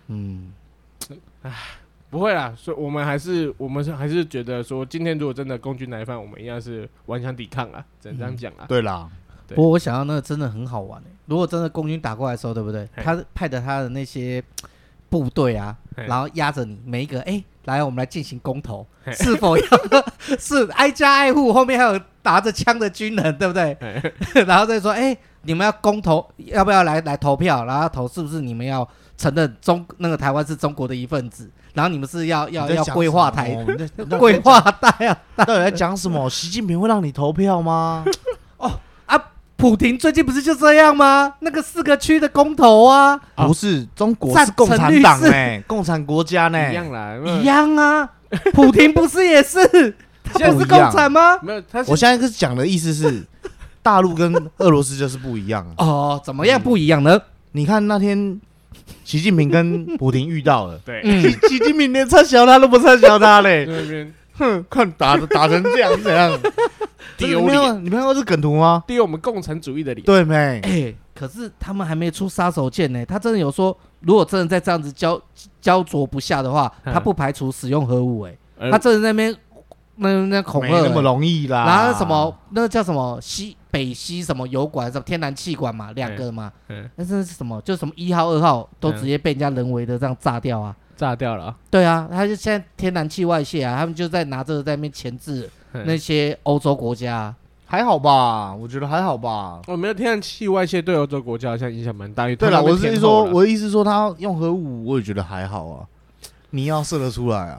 不会啦，所以我们还是觉得说，今天如果真的共军来犯，我们一样是顽强抵抗啊，只能这样讲啊。 对啦， 不过我想要那个真的很好玩如果真的共军打过来的时候，对不对？他派的他的那些部队啊，然后压着你每一个，来，我们来进行公投，是否要是挨家挨户，后面还有拿着枪的军人，对不对？然后再说，你们要公投，要不要来投票？然后投是不是你们要承认那个台湾是中国的一份子？然后你们是要规划规划带啊？ 到底在讲什么？习近平会让你投票吗？ 普亭最近不是就这样吗？那个4个区的公投啊， 不是，中国是共产党共产国家呢， 一样啦， 一样啊。普亭不是也是，他不是共产吗？ 没有， 我现在讲的意思是，大陆跟俄罗斯就是不一样哦。怎么样不一样呢？ 你看那天习近平跟普亭遇到了， 对， 习近平连撤销他都不撤销他嘞，看打成这样怎样？丢脸！你没看过这梗图吗？ 丢我们共产主义的脸， 对没？ 可是他们还没出杀手锏呢。他真的有说，如果真的再这样子焦灼不下的话，他不排除使用核武。他真的在那边那恐吓， 没那么容易啦。 然后什么那个叫什么北溪什么油管，什么天然气管嘛，2个嘛。那是什么？就什么1号、2号都直接被人家人为的这样炸掉啊！ 炸掉了。 对啊，他就现在天然气外泄啊，他们就在拿着在那边钳制那些欧洲国家。 还好吧，我觉得还好吧。 没有天然气外泄对欧洲国家好像影响蛮大。 对了，我的意思说他用核武，我也觉得还好啊。你要射得出来啊。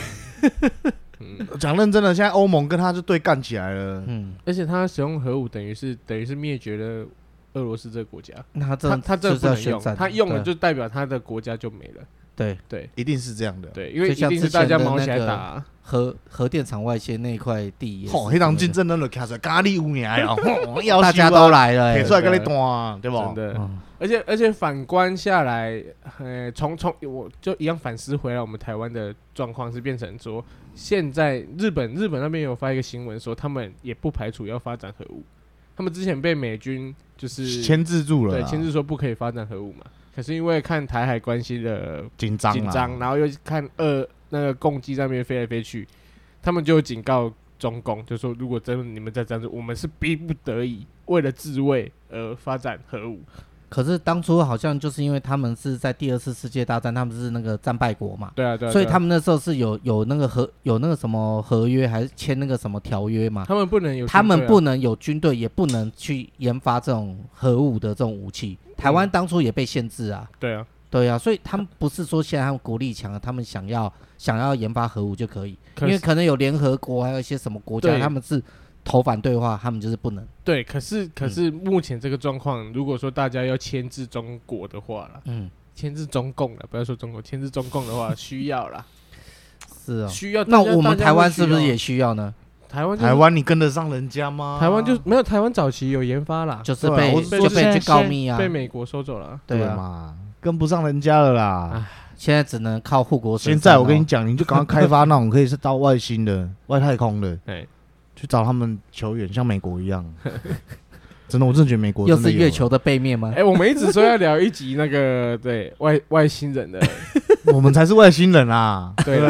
讲认真的，现在欧盟跟他就对干起来了。 而且他使用核武等于是灭绝了俄罗斯这个国家。 他这不能用，他用了就代表他的国家就没了。 对， 一定是这样的。 对，因为一定是大家毛起来打。 核电厂外泄那一块地， 黑人竞争人就开出来咖喱污年啊， 大家都来了， 提出来跟你断，对不？ 真的，而且反观下来，从我就一样反思回来，我们台湾的状况是变成说，现在日本那边有发一个新闻说，他们也不排除要发展核武，他们之前被美军就是牵制住了， 对，牵制说不可以发展核武嘛。可是因为看台海关系的紧张，然后又看那个共机在那边飞来飞去，他们就警告中共，就说如果真的你们再这样子，我们是逼不得已为了自卫而发展核武。 可是当初好像就是因为他们是在第2次世界大战，他们是那个战败国嘛， 对啊， 所以他们那时候是有那个什么合约，还是签那个什么条约嘛？ 他们不能有军队，也不能去研发这种核武的这种武器。台湾当初也被限制啊。 对啊， 对啊，所以他们不是说现在他们国力强，他们想要研发核武就可以，因为可能有联合国还有一些什么国家，他们是投反对的话，他们就是不能。 对，可是目前这个状况，如果说大家要牵制中国的话啦，牵制中共了，不要说中国，牵制中共的话，需要啦。 是啊， 需要。 那我们台湾是不是也需要呢？ 台湾你跟得上人家吗？ 台湾就没有，台湾早期有研发啦， 就是被去告密啊， 被美国收走了。 对啊嘛，跟不上人家了啦。 现在只能靠护国神山。 现在我跟你讲，你就赶快开发那种可以是到外星的、外太空的，去找他们球员，像美国一样。真的，我真的觉得美国又是月球的背面吗？ 我们一直说要聊一集那个对外星人的， 我们才是外星人啊！ 对，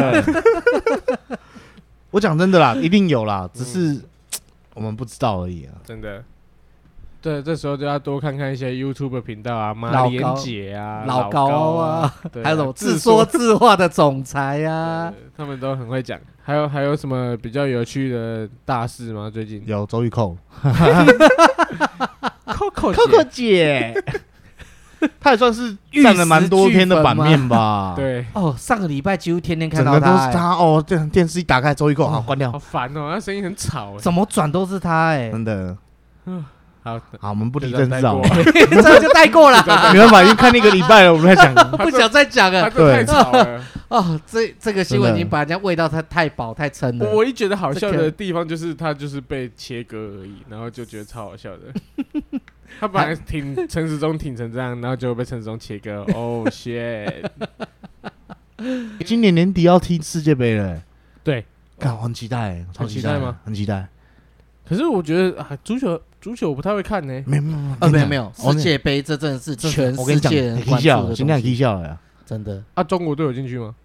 我讲真的啦，一定有啦，只是我们不知道而已啊！ 真的，对，这时候就要多看看一些 YouTube 频道啊，马连姐啊， 老高啊，还有种自说自话的总裁啊， 他们都很会讲。还有什么比较有趣的大事吗？最近有周玉蔻 ，Coco 姐，她也算是占了蛮多天的版面吧？ 对， 上个礼拜几乎天天看到她， 整个都是她哦。电视一打开，周玉蔻好关掉， 好烦哦，她声音很吵， 怎么转都是她真的。 好， 我们不提政治好， 这就带过了。 没办法，已经看那个礼拜了，我们在讲， 不想再讲了。 太吵了。 这个新闻已经把人家喂到太饱太撑了。 我一觉得好笑的地方就是他就是被切割而已，然后就觉得超好笑的。他本来挺陈时中挺成这样，然后结果被陈时中切割。Oh shit！ 今年年底要踢世界杯了， 对， 很期待，超期待吗？很期待。 可是我觉得足球我不太会看呢。 没有， 世界杯这真的是全世界人关注的东西。 现在踢笑了， 真的。 中国队有进去吗？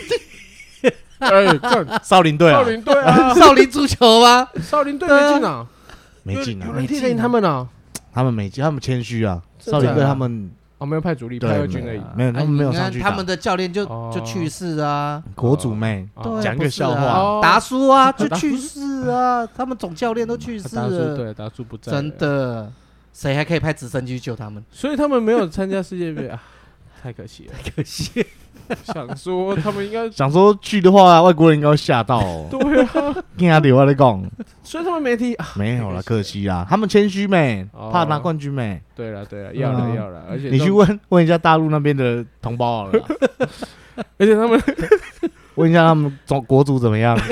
少林队啊， 少林足球吗？ 少林队没进啊， 没进啊， 没进他们啊， 他们没进，他们谦虚啊。少林队他们没有派主力，派二军而已， 没有，他们没有上去。 他们的教练就去世啊， 国主妹讲个笑话， 达叔啊就去世啊，他们总教练都去世了， 对，达叔不在， 真的，谁还可以派直升机救他们？ 所以他们没有参加世界杯啊，太可惜了， 太可惜。 想说他们应该想说去的话，外国人应该会吓到。 对啊， 跟他聊在讲， 所以他们没踢， 没有啦，可惜啦，他们谦虚没，怕拿冠军没。 对了，要了，而且你去问一下大陆那边的同胞好了， 而且他们问一下他们国足怎么样？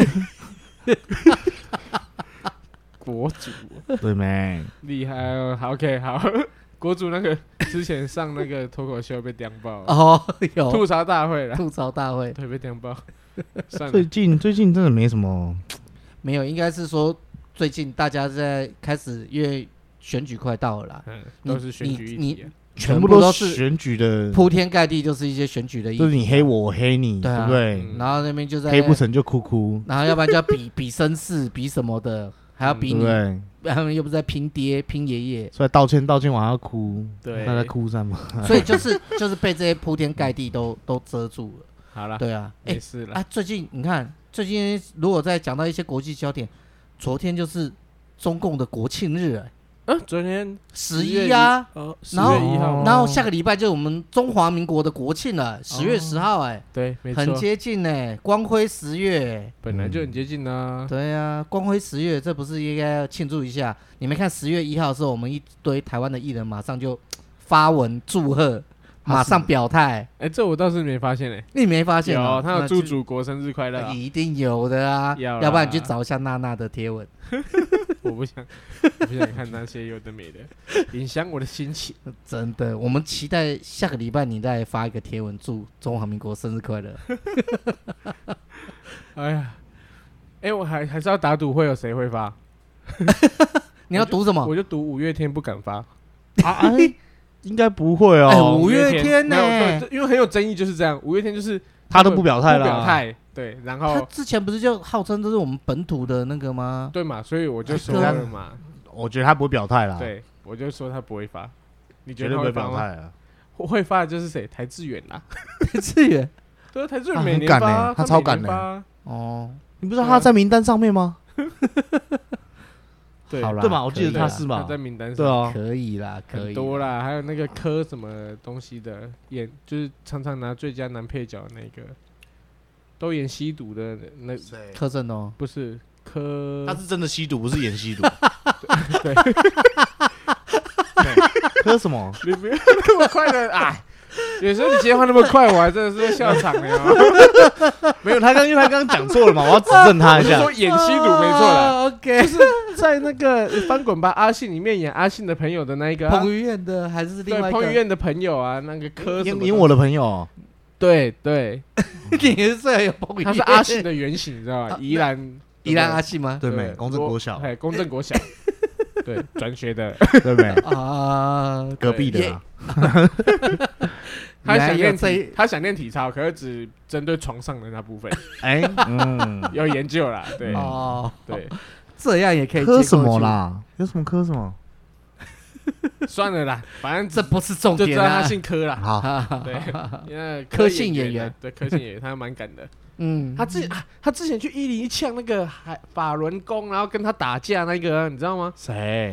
国足对没？ 厉害哦，好 OK 好。国主那个之前上那个脱口秀被刁爆有吐槽大会了， 对， 被刁爆。 最近真的没什么， 没有，应该是说最近大家在开始，因为选举快到了啦， 都是选举议题， 全部都是选举的， 铺天盖地就是一些选举的议题， 就是你黑我，我黑你，对不对？ 然后那边就在黑不成就哭， 然后要不然就要比身世，比什么的，还要比你。他们又不是在拼爹拼爷爷， 所以道歉完还要哭， 对， 他在哭什么？ 所以就是被这些铺天盖地都遮住了。 好了， 对啊， 没事了。 最近你看，最近如果再讲到一些国际焦点，昨天就是中共的国庆日昨天 11啊 ，10月1号， 然后下个礼拜就是我们中华民国的国庆了，10月10号对，没错， 很接近光辉10月， 本来就很接近啊。 对啊，光辉10月，这不是应该要庆祝一下？你没看10月1号的时候，我们一堆台湾的艺人马上就发文祝贺，马上表态。 这我倒是没发现你没发现？ 有，他有祝祖国生日快乐， 一定有的啊，要不然你去找一下娜娜的贴文。 我不想看那些有的没的，影响我的心情。 真的，我们期待下个礼拜你再发一个贴文，祝中华民国生日快乐。 哎呀，我还是要打赌会有谁会发？ 你要赌什么？ 我就赌五月天不敢发。 应该不会哦。 五月天呢？ 因为很有争议，就是这样。五月天就是他都不表态了， 不表态。对，然后他之前不是就号称这是我们本土的那个吗？ 对嘛，所以我就说了嘛。 我觉得他不会表态啦。 对，我就说他不会发。你觉得他会表态啊？ 会发的就是谁？台志远啦。 台志远， 对啊，台志远每年发， 他超敢的。 哦， 你不知道他在名单上面吗？ 对， 对嘛？我记得他是嘛， 他在名单上。 对啊， 可以啦，可以。 很多啦，还有那个柯什么东西的演，就是常常拿最佳男配角的那个，都演吸毒的那柯震东不是柯， 他是真的吸毒，不是演吸毒。 对， 柯什么？ 你不要那么快的哎。有时候你接话那么快，我还真的是会笑场的哦。 没有，因为他刚刚讲错了嘛，我要指正他一下。 我说演吸毒没错啦 ，OK， 就是在那个《翻滚吧，阿信》里面演阿信的朋友的那一个彭于晏的还是另外一个？ 彭于晏的朋友啊，那个柯什么？ 演我的朋友。 对对， 你是最有彭于晏， 他是阿信的原型，你知道吗？宜兰阿信吗？ 对没？公正国小， 公正国小，对，转学的， 对没？ 啊， 隔壁的。 他想练体操，可是只针对床上的那部分。有研究啦，对对， 这样也可以。 磕什么啦？有什么磕什么？ 算了啦，反正这不是重点， 就知道他姓柯啦。 好， 对，因为柯姓演员， 对，柯姓演员，他蛮敢的。他之前去101呛那个法轮功，然后跟他打架那个，你知道吗？ 谁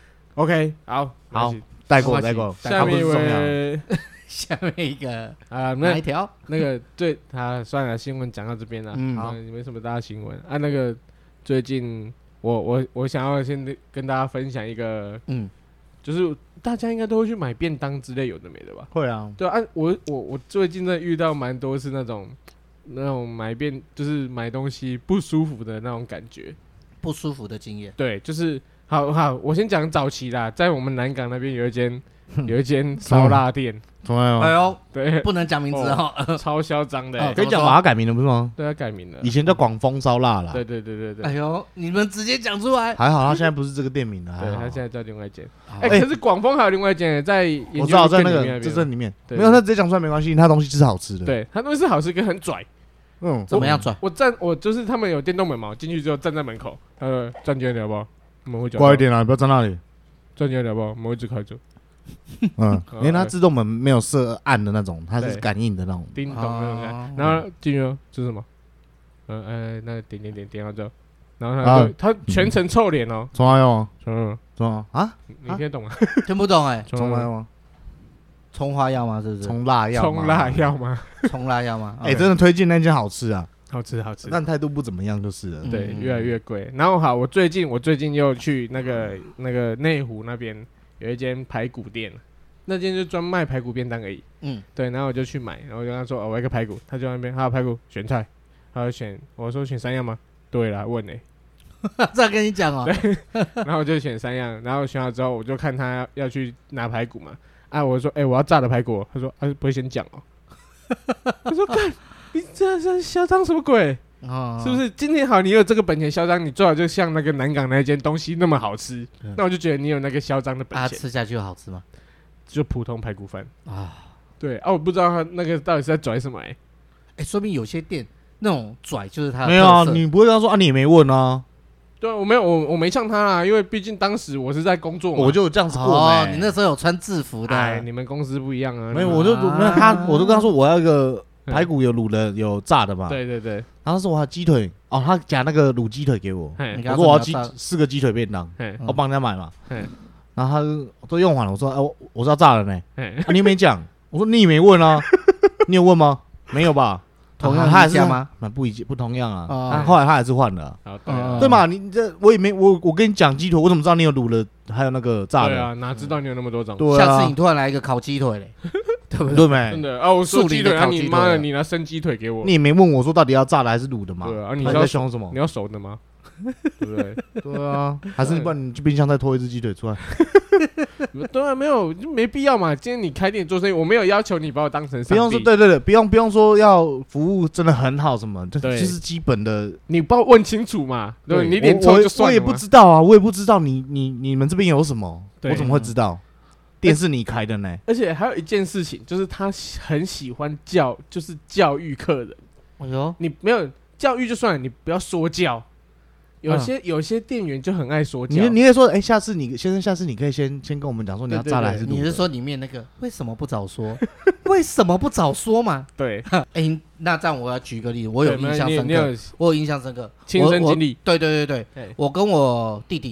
？OK， 好， 带过。 下面一位。 下面一个哪一条？ 那个对他算了，新闻讲到这边了，好，没什么大新闻啊。那个最近我想要先跟大家分享一个，就是大家应该都会去买便当之类有的没的吧？ 会啊， 对啊，我最近真的遇到蛮多是那种就是买东西不舒服的那种感觉， 不舒服的经验。 对，就是好，我先讲早期啦，在我们南港那边有一间烧腊店。 哎呦， 对， 不能讲名字哦， 超嚣张的。 可以讲把它改名了不是吗？ 对，他改名了， 以前叫广丰烧腊啦。 对。 哎呦，你们直接讲出来。 还好，他现在不是这个店名了。 对，他现在叫另外一间。可是广丰还有另外一间在我知道在那个这镇里面。没有，他直接讲出来没关系，他东西是好吃的。 对，他东西是好吃，跟很拽。 怎么样拽？ 我就是他们有电动门嘛，进去之后站在门口，他说站进来聊不？我们会讲。 乖一点啦，不要站那里。 站进来聊不？我们会一直开着。 因为它自动门没有设暗的那种，它是感应的那种， 叮咚那种感。然后进去这是什么？那点到这，然后他全程臭脸哦。 重来用吗？ 啊？ 你听得懂吗？ 听不懂哎。 重来用吗？ 葱花药吗？是不是？ 葱辣药吗？葱辣药吗？ 真的推荐那间好吃啊， 好吃， 但态度不怎么样就是了。 对，越来越贵。然后好，我最近又去那个内湖那边。有一间排骨店，那间就专卖排骨便当而已。对，然后我就去买，然后我就跟他说：“我要一个排骨。”他就在那边，还有排骨选菜，他就选，我说选3样吗？对啦，问这样跟你讲哦。 对，然后我就选3样，然后选好之后，我就看他要去拿排骨嘛。我说：“我要炸的排骨。”他说：“不会先讲哦。”我说：“干，你这嚣张什么鬼？”是不是今天好？你有这个本钱嚣张，你最好就像那个南港那间东西那么好吃，那我就觉得你有那个嚣张的本钱。 吃下去好吃吗？ 就普通排骨饭啊。对啊，我不知道他那个到底是在拽什么说明有些店那种拽就是他的没有啊，你不会跟他说啊，你也没问啊。 对，我没有，我没呛他啊，因为毕竟当时我是在工作嘛， 我就有这样子过。 你那时候有穿制服的， 你们公司不一样啊。 没有，我就跟他说我要一个。排骨有卤的有炸的嘛？ 对。 然后说我要鸡腿他夹那个卤鸡腿给我。我说我要4个鸡腿便当，我帮人家买嘛。然后他都用完了，我说我是要炸的呢。你没讲，我说你也没问啊，你有问吗？没有吧？ 同样他还是吗？ 不同样啊。后来他还是换了。对嘛？你这我也没我跟你讲鸡腿，我怎么知道你有卤的还有那个炸的？ 对啊，哪知道你有那么多种？ 下次你突然来一个烤鸡腿嘞。 对没？ 真的我说鸡腿，你妈的，你拿生鸡腿给我， 你也没问我说到底要炸的还是卤的嘛？ 对啊， 你在凶什么？ 你要熟的吗？对不对？ 对啊，还是不然你去冰箱再拖一只鸡腿出来？ 对啊，没必要嘛。今天你开店做生意，我没有要求你把我当成上帝。 不用说，对，不用说要服务真的很好什么，就是基本的， 你帮我问清楚嘛。对，你脸臭就算了。 我也不知道啊，我也不知道你们这边有什么，我怎么会知道？店是你开的呢。 而且还有一件事情，就是他很喜欢就是教育客人。你没有教育就算了，你不要说教。有些店员就很爱说教。 你可以说，下次你可以先跟我们讲说你要炸的还是卤的。 你是说里面那个为什么不早说？为什么不早说嘛？ 对。 那这样我要举个例子，我有印象深刻。我有印象深刻， 亲身经历。 对，我跟我弟弟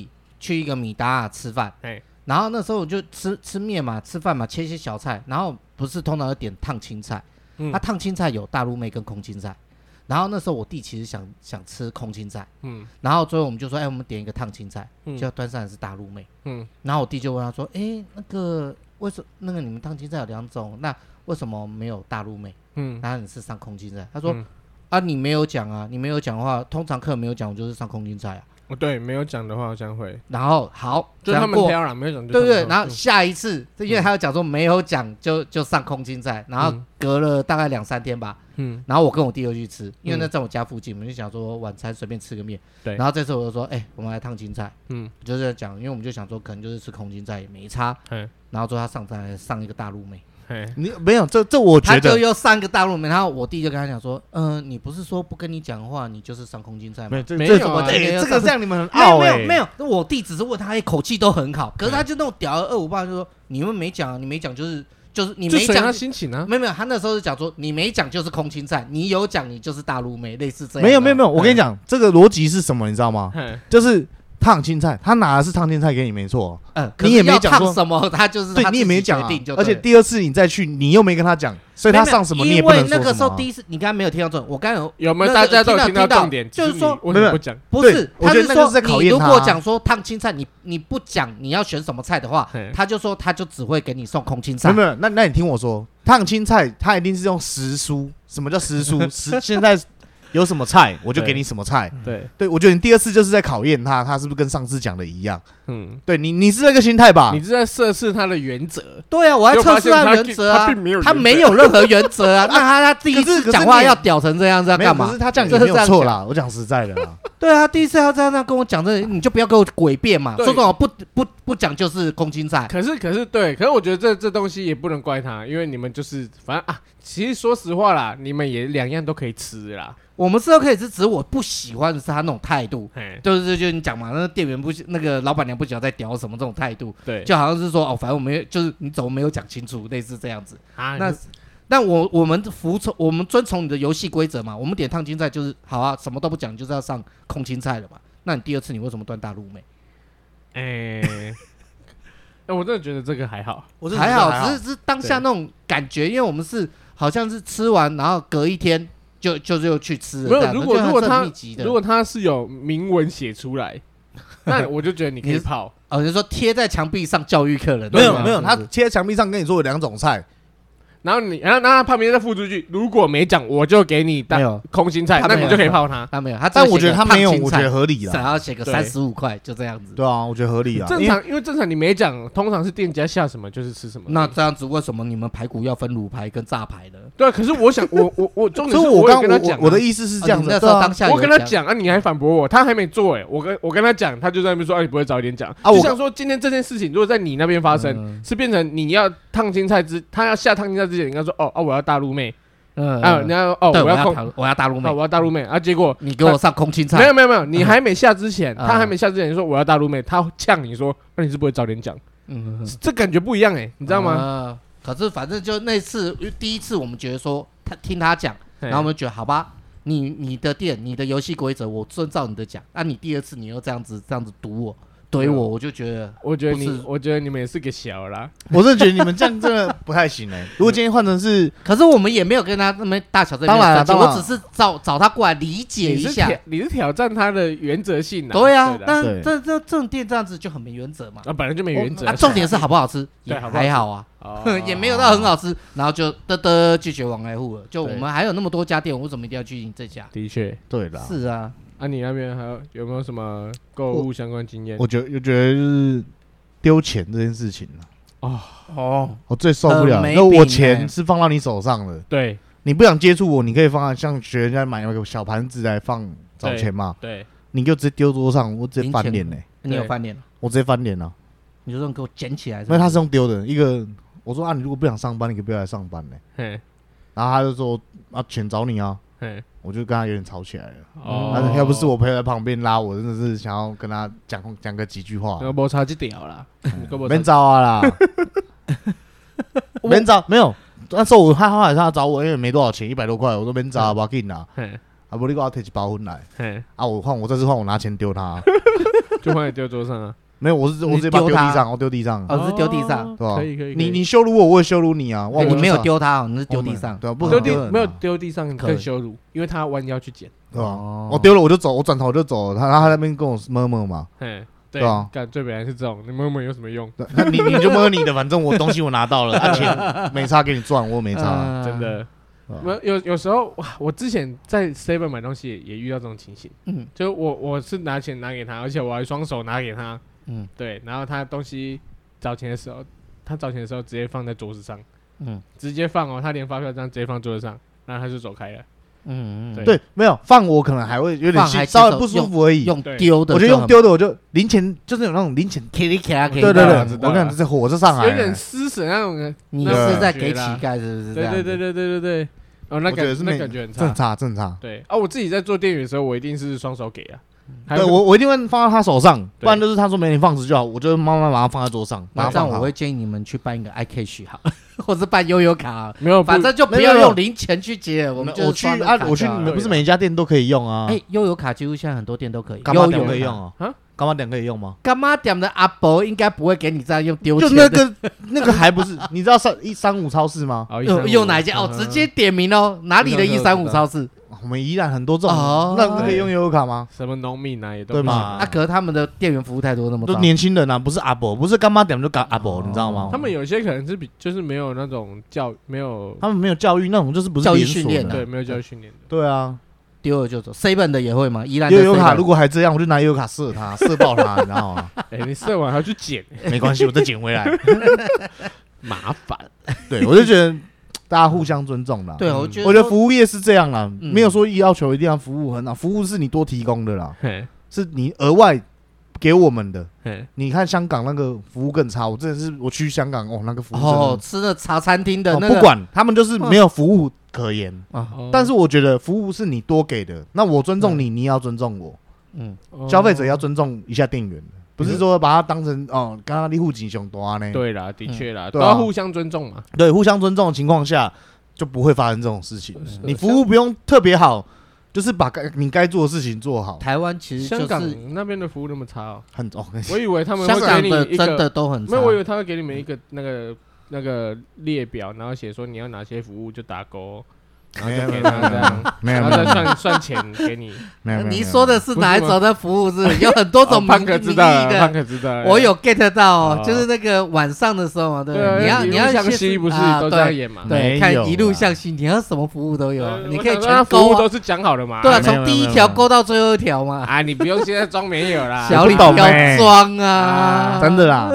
去一个米达吃饭，然后那时候我就吃面嘛，吃饭嘛，切些小菜，然后不是通常要点烫青菜，他烫青菜有大陆妹跟空青菜，然后那时候我弟其实想吃空青菜，然后最后我们就说，我们点一个烫青菜，就要端上来是大陆妹，然后我弟就问他说，那个为什么那个你们烫青菜有2种，那为什么没有大陆妹？然后你是上空青菜，他说你没有讲啊，你没有讲的话，通常客人没有讲，我就是上空青菜啊。 对，没有讲的话好像会。 然后好， 就他们挑了，没有讲就。 对，然后下一次，因为他有讲说没有讲就上空青菜，然后隔了大概2-3天吧，然后我跟我弟又去吃，因为那在我家附近，我们就想说晚餐随便吃个面。对。然后这次我就说，我们来烫青菜，就是在讲，因为我们就想说可能就是吃空青菜也没差，然后说他上一个大陆妹。 你没有这我觉得他就又上个大陆妹，然后我弟就跟他讲说，你不是说不跟你讲话，你就是上空青菜吗？ 没有，这个这样你们很傲没有，我弟只是问他，口气都很好，可是他就那种屌的258，就说你们没讲，你没讲就是你没讲， 他心情啊， 没有，他那时候是讲说你没讲就是空青菜，你有讲你就是大陆妹，类似这样。 没有，我跟你讲，这个逻辑是什么，你知道吗？就是烫青菜，他拿的是烫青菜给你，没错。你也没讲说什么，他就是对，你也没讲啊。而且第2次你再去，你又没跟他讲，所以他上什么你也不能说什么。 因为那个时候第一次，你刚刚没有听到重点，我刚刚有没有大家都有听到重点？ 就是说我不讲， 不是， 他是说你如果讲说烫青菜，你不讲你要选什么菜的话，他就说他就只会给你送空青菜。 没有，那你听我说，烫青菜他一定是用时蔬。什么叫时蔬？现在有什么菜我就给你什么菜。对，我觉得你第2次就是在考验他是不是跟上次讲的一样。对，你是那个心态吧？ 你是在测试他的原则。 对啊，我在测试他的原则啊，他没有任何原则啊。那他第一次讲话要屌成这样子要干嘛？ 可是他这样也没有错啦，我讲实在的啦。 对啊，第一次要这样跟我讲这，你就不要给我诡辩嘛。说什么不讲就是空青菜。 可是我觉得这东西也不能怪他，因为你们就是反正其实说实话啦，你们也2样都可以吃啦。 我们是都可以吃，只是我不喜欢的是他那种态度，就是你讲嘛，那个店员那个老板娘不喜欢在屌什么这种态度，对，就好像是说反正我们就是你怎么没有讲清楚，类似这样子啊。那我们我们遵从你的游戏规则嘛，我们点烫青菜就是好啊，什么都不讲就是要上空青菜了嘛。那你第2次你为什么端大陆妹？ 我真的觉得这个还好， 还好，只是当下那种感觉，因为我们是好像是吃完然后隔1天。就又去吃了。 没有，如果他是有明文写出来，那我就觉得你可以泡。 你说贴在墙壁上教育客人？ 没有，他贴在墙壁上跟你说有2种菜， 然后他旁边再附出去，如果没讲，我就给你空心菜，那你就可以泡他。 他没有， 但我觉得他没有，我觉得合理啦。 想要写个35块，就这样子。 对啊，我觉得合理啊。 因为正常你没讲，通常是店家下什么就是吃什么。 那这样子为什么你们排骨要分卤排跟炸排呢？ 对啊，可是我想我重点是我跟他讲， 我的意思是这样的。 我跟他讲你还反驳我，他还没做我跟他讲，他就在那边说你不会早一点讲。就像说今天这件事情如果在你那边发生，是变成你要烫青菜他要下烫青菜之前，你跟他说我要大陆妹，你要我要大陆妹， 我要大陆妹啊！结果你给我上空青菜， 没有，你还没下之前，他还没下之前，你说我要大陆妹，他呛你说，那你是不会早点讲，这感觉不一样你知道吗？ 可是反正就那次第1次，我们觉得说听他讲，然后我们觉得好吧，你的店你的游戏规则我遵照你的讲，你第2次你又这样子堵我。怼我就觉得， 我觉得你们也是个小啦。 我真的觉得你们这样真的不太行如果今天换成是， 可是我们也没有跟他那么大小这边生气，我只是找他过来理解一下。 你是挑战他的原则性对啊，但这种店这样子就很没原则嘛。 本来就没原则。 重点是好不好吃，也还好啊，也没有到很好吃，然后就拒绝往来户了。就我们还有那么多家店，我为什么一定要去你这家？ 的确， 对啦， 是啊。 你那边有没有什么购物相关经验？ 我觉得就是丢钱这件事情我最受不了。因为我钱是放到你手上的， 对， 你不想接触我，你可以放在像学人家买那个小盘子来放找钱嘛， 对， 你就直接丢桌上，我直接翻脸你有翻脸？ 我直接翻脸了。 你就说给我捡起来，因为他是用丢的。我说你如果不想上班，你可以不要来上班然后他就说钱找你啊。我就跟他有点吵起来了。要不是我陪在旁边拉我，真的是想要跟他讲个几句话。 没差这条啦， 没找啦，没找没有。那时候我后来他找我，因为没多少钱，100多块，我说没找，不要紧啦。不你给我提一包回来。我这次换我拿钱丢他， 就换你丢桌上啊。 没有，我直接把丢地上，我丢地上。 哦，是丢地上， 对吧？可以。 你羞辱我，我也羞辱你啊！ 你没有丢他，你是丢地上， 对吧？不可能丢没有丢地上更羞辱，因为他弯腰去捡， 对吧？我丢了我就走，我转头就走，他那边跟我摸嘛， 对啊，干最本来是这种，你摸摸有什么用？ 你就摸你的，反正我东西我拿到了，钱没差给你赚，我没差， 真的。有时候我之前在 Seven 买东西也遇到这种情形，就我是拿钱拿给他，而且我还双手拿给他，对，然后他东西找钱的时候直接放在桌子上，直接放他连发票这样直接放桌子上，然后他就走开了。 对，没有放我可能还会有点稍微不舒服而已。 用丢的， 我觉得用丢的，我就零钱就是有那种零钱， 对， 我看这火就上来， 有点施舍那种。 你是在给乞丐是不是？ 对。哦，那感觉很差，正差。 对啊，我自己在做店员的时候，我一定是双手给啊。 对，我一定会放到他手上，不然就是他说没你放着就好，我就慢慢把它放在桌上。 那这样我会建议你们去办一个 iCash 好，或是办悠游卡， 没有， 反正就不要用零钱去结。我去我去，不是每一家店都可以用啊。 悠游卡几乎现在很多店都可以， 干妈店可以用啊。干妈店可以用吗？ 干妈店的阿伯应该不会给你这样用丢钱。 就那个还不是？你知道135超市吗？ 用哪一家？直接点名哦，哪里的135超市？ 我们宜兰很多这种，那可以用悠游卡吗？ 什么农民啊，也都对嘛？ 可是他们的店员服务态度那么高， 都年轻人啊，不是阿伯，不是干妈点就干阿伯，你知道吗？ 他们有些可能是就是没有那种没有， 他们没有教育那种，就是不是教育训练的， 对，没有教育训练的。 对啊， 丢了就走。7的也会吗？宜兰悠游卡如果还这样，我就拿悠游卡射他，射爆他，你知道吗？ 你射完还要去捡， 没关系，我再捡回来， 麻烦。 对，我就觉得。大家互相尊重啦。 对，我觉得服务业是这样啦，没有说要求一定要服务很好，服务是你多提供的啦，是你额外给我们的。你看香港那个服务更差，我真的是我去香港那个服务吃的茶餐厅的那个， 不管他们就是没有服务可言。但是我觉得服务是你多给的，那我尊重你，你也要尊重我。消费者要尊重一下店员。不是说把它当成刚刚你户籍熊多呢？ 对啦，的确啦，都要互相尊重嘛。 对，互相尊重的情况下，就不会发生这种事情。你服务不用特别好，就是把你该做的事情做好。 台湾其实香港那边的服务那么差哦， 我以为他们会给你一个真的都很差。 没有，我以为他会给你们一个那个列表，然后写说你要哪些服务就打勾。然后就给他这样，然后再算钱给你。 你说的是哪一种的服务？是有很多种胖可知道，胖可知道。 我有 get 到，就是那个晚上的时候嘛，对不对？你要向西不是都这样演嘛？ 对，看一路向西，你要什么服务都有，你可以全服务都是讲好的嘛。 对啊，从第一条勾到最后一条嘛。 啊，你不用现在装没有啦， 小李不要装啊， 真的啦。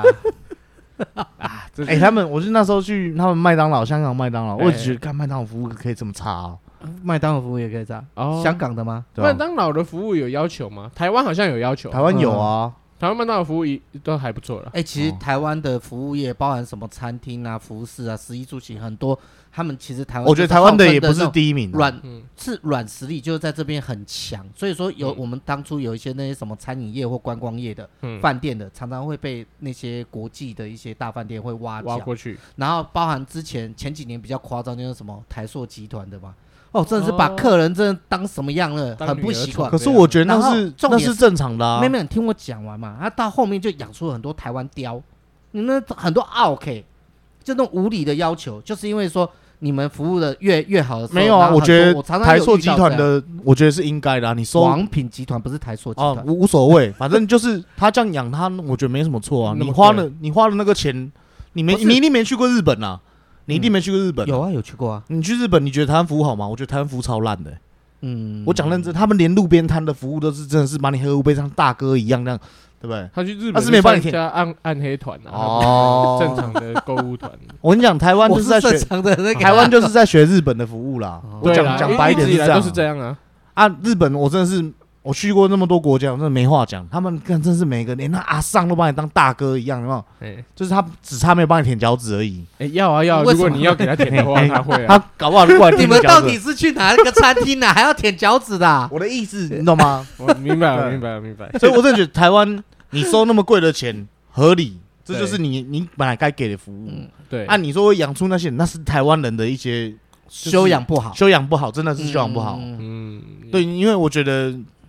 我是那时候去他们麦当劳，香港麦当劳，我只觉得看麦当劳服务可以这么差哦。 麦当劳服务也可以差，香港的吗？ 麦当劳的服务有要求吗？台湾好像有要求， 台湾有啊。 台湾麦当劳服务都还不错了。 其实台湾的服务业包含什么餐厅啊、服饰啊、食衣住行很多，他们其实台湾， 我觉得台湾的也不是第一名， 软实力就是在这边很强。所以说我们当初有一些那些什么餐饮业或观光业的饭店的，常常会被那些国际的一些大饭店会挖过去。 然后包含前几年比较夸张，就是什么台塑集团的嘛。真的是把客人真的当什么样了，很不习惯。 可是我觉得那是正常的啊。 妹妹，你听我讲完嘛。他到后面就养出了很多台湾雕，你们很多OK，就那种无理的要求，就是因为说你们服务的越好的时候， 没有啊。我觉得台塑集团的，我觉得是应该的啊。你收王品集团不是台塑集团， 无所谓，反正就是他这样养他，我觉得没什么错啊。你花了那个钱，你一定没去过日本啊。你一定没去过日本？ 有啊，有去过啊。 你去日本，你觉得台湾服务好吗？我觉得台湾服务超烂的。我讲认真，他们连路边摊的服务都是真的是把你喝杯像大哥一样那样，对不对？ 他去日本是没帮你加暗黑团正常的购物团。 我跟你讲，台湾就是在学台湾就是在学日本的服务啦。我讲白一点是这样， 都是这样啊。日本我真的是。我去过那么多国家，我真的没话讲。他们真是每个连那阿桑都把你当大哥一样，有没有？就是他只差没有帮你舔脚趾而已。 要啊！如果你要给他舔的话，他会啊。 他搞不好如果你们到底是去哪个餐厅啊？还要舔脚趾的？ 我的意思你懂吗？ 我明白了。 所以我真的觉得台湾你收那么贵的钱合理，这就是你本来该给的服务。 对， 按你说会养出那些人，那是台湾人的一些修养不好， 真的是修养不好。对，因为我觉得。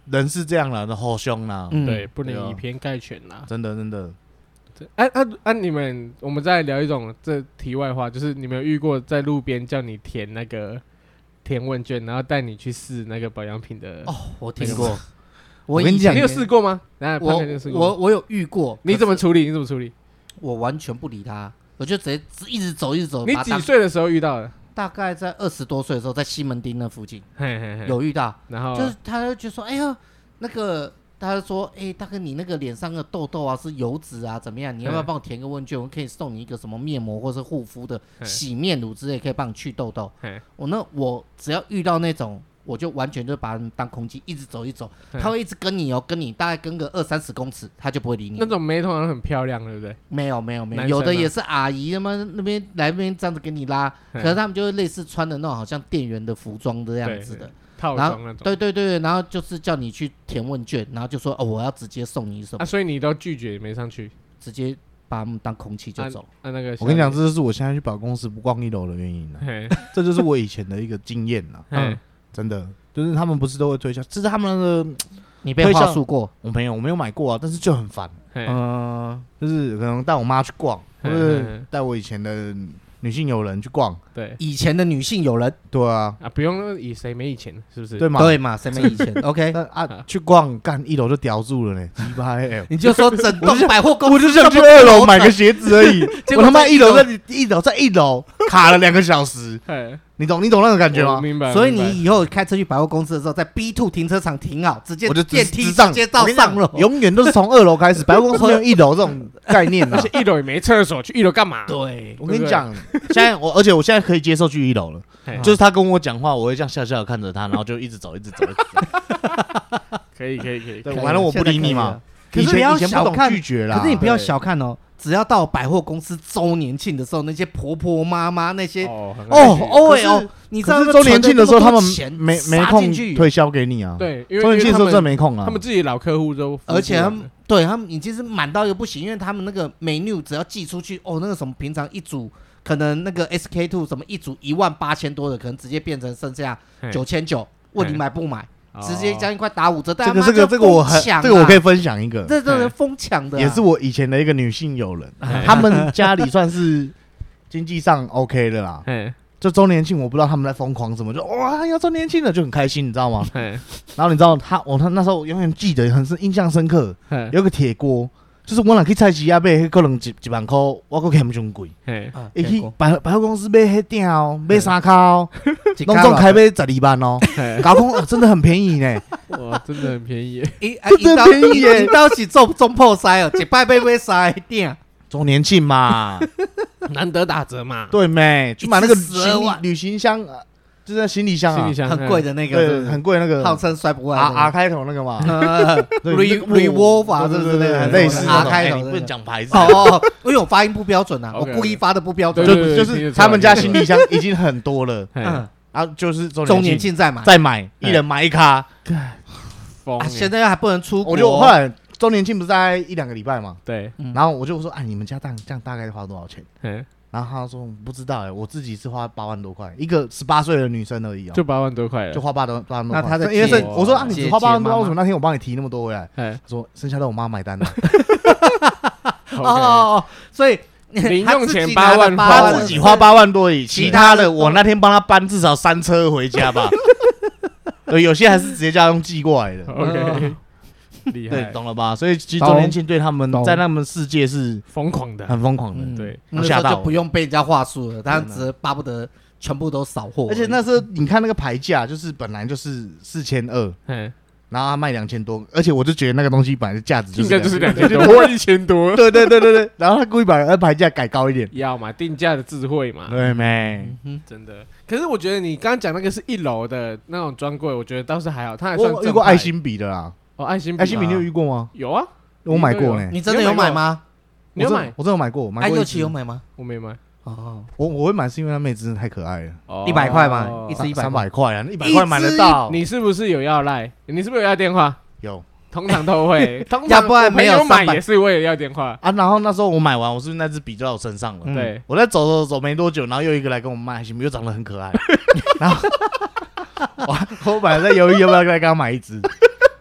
人是这样啦，好凶啦， 对，不能以偏概全啦， 真的真的。 你们，我们再聊一种这题外话，就是你们有遇过在路边叫你填那个填问卷，然后带你去试那个保养品的？ 哦，我听过。 我跟你讲， 你有试过吗？ 我有遇过。 你怎么处理？ 我完全不理他，我就直接一直走。你几岁的时候遇到的？ 大概在20多岁的时候，在西门町那附近有遇到， 然后就是他就说，哎呀，那个。他就说：“大哥，你那个脸上的痘痘啊，是油脂啊，怎么样？你要不要帮我填个问卷？我可以送你一个什么面膜或是护肤的洗面乳之类，可以帮你去痘痘。”我只要遇到那种，我就完全就把他们当空气，一直走一走，他会一直跟你大概跟个20-30公尺，他就不会理你。 那种妹通常很漂亮，对不对？ 没有，有的也是阿姨他们那边这样子给你拉，可是他们就会类似穿的那种好像店员的服装这样子的。 套装那种， 对，然后就是叫你去填问卷，然后就说我要直接送你什么所以你都拒绝没上去， 直接把他们当空气就走。 那个， 我跟你讲，这就是我现在去百货公司不逛1楼的原因了。这就是我以前的一个经验啦。真的，就是他们不是都会推销，这是他们的。 你被话术过？ 我没有买过啊，但是就很烦。就是可能带我妈去逛，或者带我以前的女性友人去逛， 对， 以前的女性友人， 对啊， 不用以谁没以前，是不是？ 对嘛，谁没以前？OK， 去逛干1楼就叼住了呢，鸡巴你就说整栋百货公司， 我就想去2楼买个鞋子而已，我他妈1楼在1楼卡了2个小时，你懂那种感觉吗？ 明白。 所以你以后开车去百货公司的时候，在 B2 停车场停好，直接电梯直接到上楼， 永远都是从2楼开始，百货公司没有1楼这种概念， 而且1楼也没厕所，去1楼干嘛？ 对， 我跟你讲，现在而且我现在可以接受去1楼了，就是他跟我讲话，我会这样笑笑的看着他，然后就一直走。 可以。 对，完了我不理你嘛。 以前不懂拒绝啦， 可是你不要小看哦。只要到百货公司周年庆的时候，那些婆婆妈妈那些你知道周年庆的时候他们没空推销给你啊。 对，因为周年庆的时候真没空啊。 他们自己老客户都， 而且他们已经是满到一个不行，因为他们那个 menu 只要寄出去，那个什么平常一组可能那个 SK2 什么一组18000多的，可能直接变成剩下9900，问你买不买？直接将1块打5折，这个我可以分享一个， 这人疯抢的， 也是我以前的一个女性友人，他们家里算是经济上 OK 的啦。就周年庆，我不知道他们在疯狂什么，就哇要周年庆了，就很开心，你知道吗？然后你知道他那时候我永远记得，很是印象深刻，有个铁锅。就是我若去菜市啊买，可能1万块，我搁嫌伤贵。去百货公司买迄顶买3卡拢总开买12万哦，搞空真的很便宜呢。 哇，真的很便宜， 真的很便宜耶！ 到是中破塞哦，一摆买3个顶。 周年庆嘛， 难得打折嘛。 对没？去买那个旅行箱。就是在行李箱很贵的那个， 对，很贵那个， 号称摔不坏 ，R 开头那个嘛 ，Revolver 是不是那个类似 R 开头， 不能讲牌子因为我发音不标准啊，我故意发的不标准， 就是他们家行李箱已经很多了，就是周年庆再买，一人买1卡， 现在还不能出国， 我就后来周年庆不是在1-2个礼拜嘛， 对， 然后我就说，你们家这样大概花多少钱？然后他说不知道我自己是花8万多块，一个18岁的女生而已就8万多块了， 就花8万多块。 那他的因为我说你只花8万多块，为什么那天我帮你提那么多回来？他说剩下的我妈买单了。 所以零用钱8万， 他自己花8万多而已，其他的我那天帮他搬至少3车回家吧。有些还是直接叫他用寄过来的。 OK。厉害， 对，懂了吧？所以其实周年庆对他们在他们世界是疯狂的， 很疯狂的。 对， 吓到就不用被人家话术了，他只巴不得全部都扫货。 而且那时候你看那个牌价，就是本来就是4200，然后他卖2000多，而且我就觉得那个东西本来的价值应该就是2000多或1000多。 对，然后他故意把那牌价改高一点， 要嘛定价的智慧嘛， 对没？ 真的。可是我觉得你刚刚讲那个是1楼的那种专柜，我觉得倒是还好，他还算我遇过爱心笔的啦。 爱心笔你有遇过吗？ 有啊， 我买过呢。 你真的有买吗？ 你有买？ 我真的有买过。 爱6期有买吗？ 我没买。 我会买是因为那妹子真的太可爱了。 100块嘛，一支 300块啊，100块买得到。 你是不是有要赖？你是不是有要电话？ 有， 通常都会。通常我朋友买也是为了要电话啊。然后那时候我买完，我是不是那支笔就在我身上了？ 对， 我在走没多久，然后又一个来跟我卖，行不？又长得很可爱。然后我本来在犹豫要不要再跟他买一支。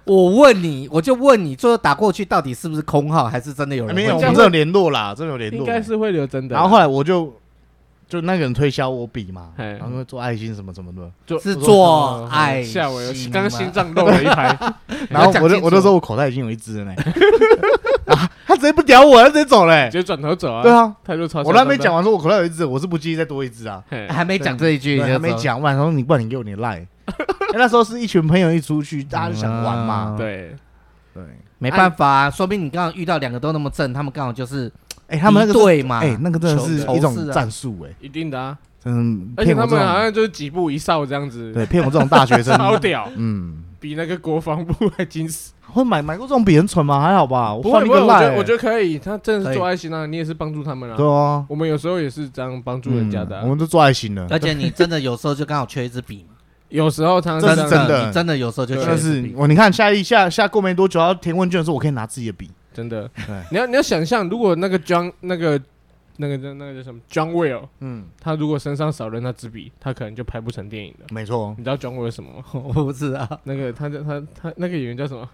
我就问你，最后打过去到底是不是空号，还是真的有人？ 没有，我们真的有联络啦，真的有联络， 应该是会留真的。 然后后来我就那个人推销我笔嘛，然后做爱心什么什么的， 是做爱心， 吓我！刚刚心脏漏了一拍， 然后我就说我口袋已经有一支了呢，他直接不屌我，他直接走嘞， 直接转头走啊！ 对啊， 态度超。 我还没讲完，说我口袋有一支，我是不介意再多一支啊， 还没讲这一句， 还没讲完，然后不然你给我你赖，那时候是一群朋友一出去，大家就想玩嘛， 对， 没办法，说不定你刚好遇到2个都那么正，他们刚好就是。 他们那个对嘛？ 那个真的是一种战术一定的啊。 而且他们好像就是几步一哨这样子， 对，骗我这种大学生， 超屌，比那个国防部还惊死。 会买过这种笔很蠢吗？还好吧， 不会，我觉得可以。他真的是做爱心啊，你也是帮助他们啊。 对啊， 我们有时候也是这样帮助人家的。 我们都做爱心的， 而且你真的有时候就刚好缺一支笔嘛。 有时候常这是真的， 你真的有时候就缺一支笔。 你看下过没多久要填问卷的时候，我可以拿自己的笔。 真的，你要想象，如果那个 John 那个叫什么 John Will， 他如果身上少了那支笔，他可能就拍不成电影了。 没错， 你知道 John Will 什么吗？ 我不知道。 那个他那个演员叫什么？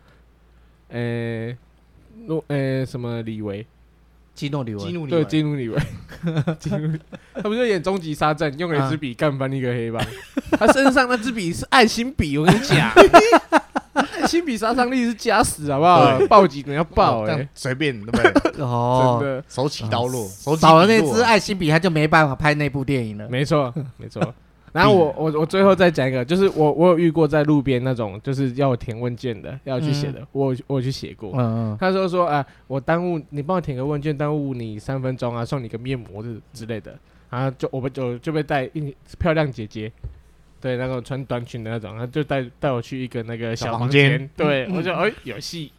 什么李维？ 基努李维。 对，基努李维。他不是演终极沙阵，用了一支笔干翻一个黑帮。他身上那支笔是爱心笔，我跟你讲。爱心笔杀伤力是加10，好不好？报警人要报随便对不对？ 哦， 真的手起刀落， 少了那支爱心笔，他就没办法拍那部电影了。 没错。然后我最后再讲一个，就是我有遇过在路边那种就是要我填问卷的，要去写的，我有去写过。他说我耽误你帮我填个问卷，耽误你3分钟啊，送你个面膜之类的。然后就被带漂亮姐姐。对，那种穿短裙的那种，他就带我去一个那个小房间，对，我就有戏。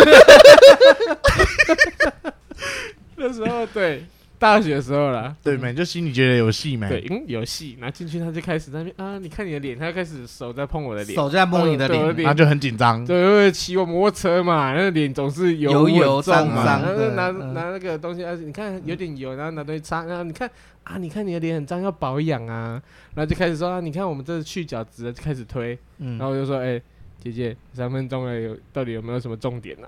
那时候对，大学的时候啦， 对没？就心里觉得有戏没？ 对，有戏。然后进去他就开始在那边啊，你看你的脸，他就开始手在碰我的脸， 手在摸你的脸， 他就很紧张。 对，因为骑我摩托车嘛，那个脸总是油脏脏， 然后拿那个东西，你看有点油，然后拿东西擦，然后你看你的脸很脏，要保养啊。然后就开始说你看我们这是去角质的，就开始推。然后我就说姐姐3分钟了，到底有没有什么重点啊？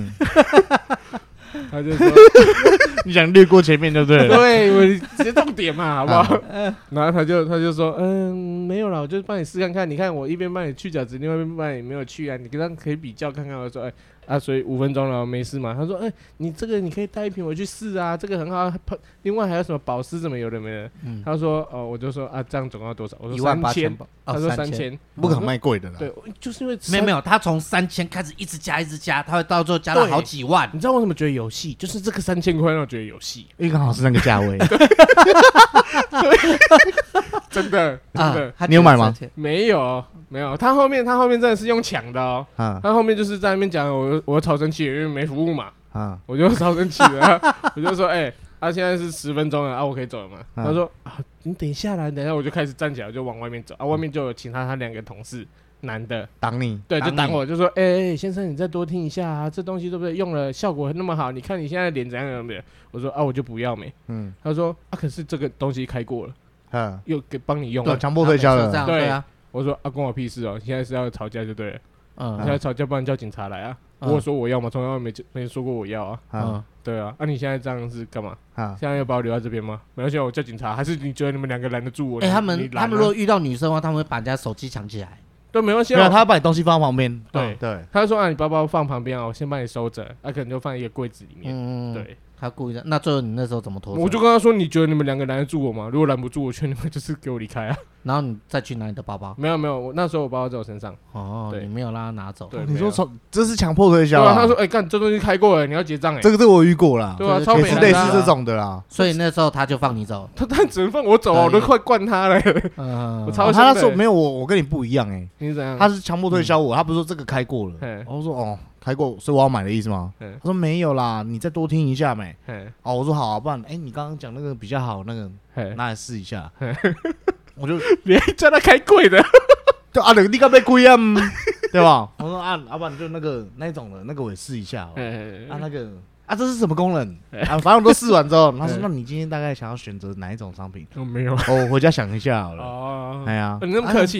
他就说你想略过前面对不对？ 对，我直接重点嘛，好不好？然后他就说没有啦，我就帮你试看看。你看我一边帮你去角质，另外一边帮你没有去啊，你跟他可以比较看看。我说所以5分钟了没事嘛？他说你这个你可以带一瓶我去试啊，这个很好。另外还有什么保湿怎么有的没的？他说我就说这样总共要多少？我说3000。他说3000， 不可能卖贵的啦。 对，就是因为没有，他从3000开始一直加，他会到最后加到好几万。 你知道为什么觉得有戏？就是这个3000块让我觉得有戏， 因为刚好是那个价位。 真的， 你有买吗？ 没有，他后面真的是用抢的哦。他后面就是在那边讲我超生气，因为没服务嘛。我就超生气了，我就说现在是10分钟了我可以走了吗？他说你等一下啦，等一下我就开始站起来，我就往外面走外面就有请他2个同事。男的挡你， 对，就挡我，就说先生，你再多听一下啊，这东西对不对？用了效果那么好，你看你现在脸怎样有没有？我说我就不要没。他说可是这个东西开过了，又给帮你用了， 强迫推销了。 对啊，我说关我屁事哦，现在是要吵架就对了。现在吵架不然叫警察来啊。我说我要嘛，从来没说过我要啊。对啊，你现在这样是干嘛？现在要把我留在这边吗？没关系，我叫警察。还是你觉得你们2个拦得住我？ 他们如果遇到女生的话，他们会把人家手机抢起来。 对，没关系。 没有，他把你东西放旁边。对， 他就说你包包放旁边我先帮你收着。可能就放一个柜子里面。对， 他故意的。那最后你那时候怎么脱身？ 我就跟他说，你觉得你们2个拦得住我吗？如果拦不住，我劝你们就是给我离开啊。 然后你再去拿你的包包？ 没有，我那时候我包包在我身上。 对，你没有让他拿走。 对， 你说这是强迫推销啊？ 他说干这东西开过了，你要结账这个我遇过啦。 对啊， 也是类似这种的啦。 所以那时候他就放你走。 他只能放我走我都快灌他了。我超他说没有我跟你不一样你怎样？ 他是强迫推销我，他不是说这个开过了。我说开过，所以我要买的意思吗？他说没有啦，你再多听一下没？我说好不然你刚刚讲那个比较好，那个拿来试一下。我就连叫他开贵的， 对你刚被贵啊，对吧？我说不然就那种的，那个我也试一下。那个这是什么功能？反正我都试完之后，他说那你今天大概想要选择哪一种商品？ 没有， 我回家想一下好了。 你那么客气啊？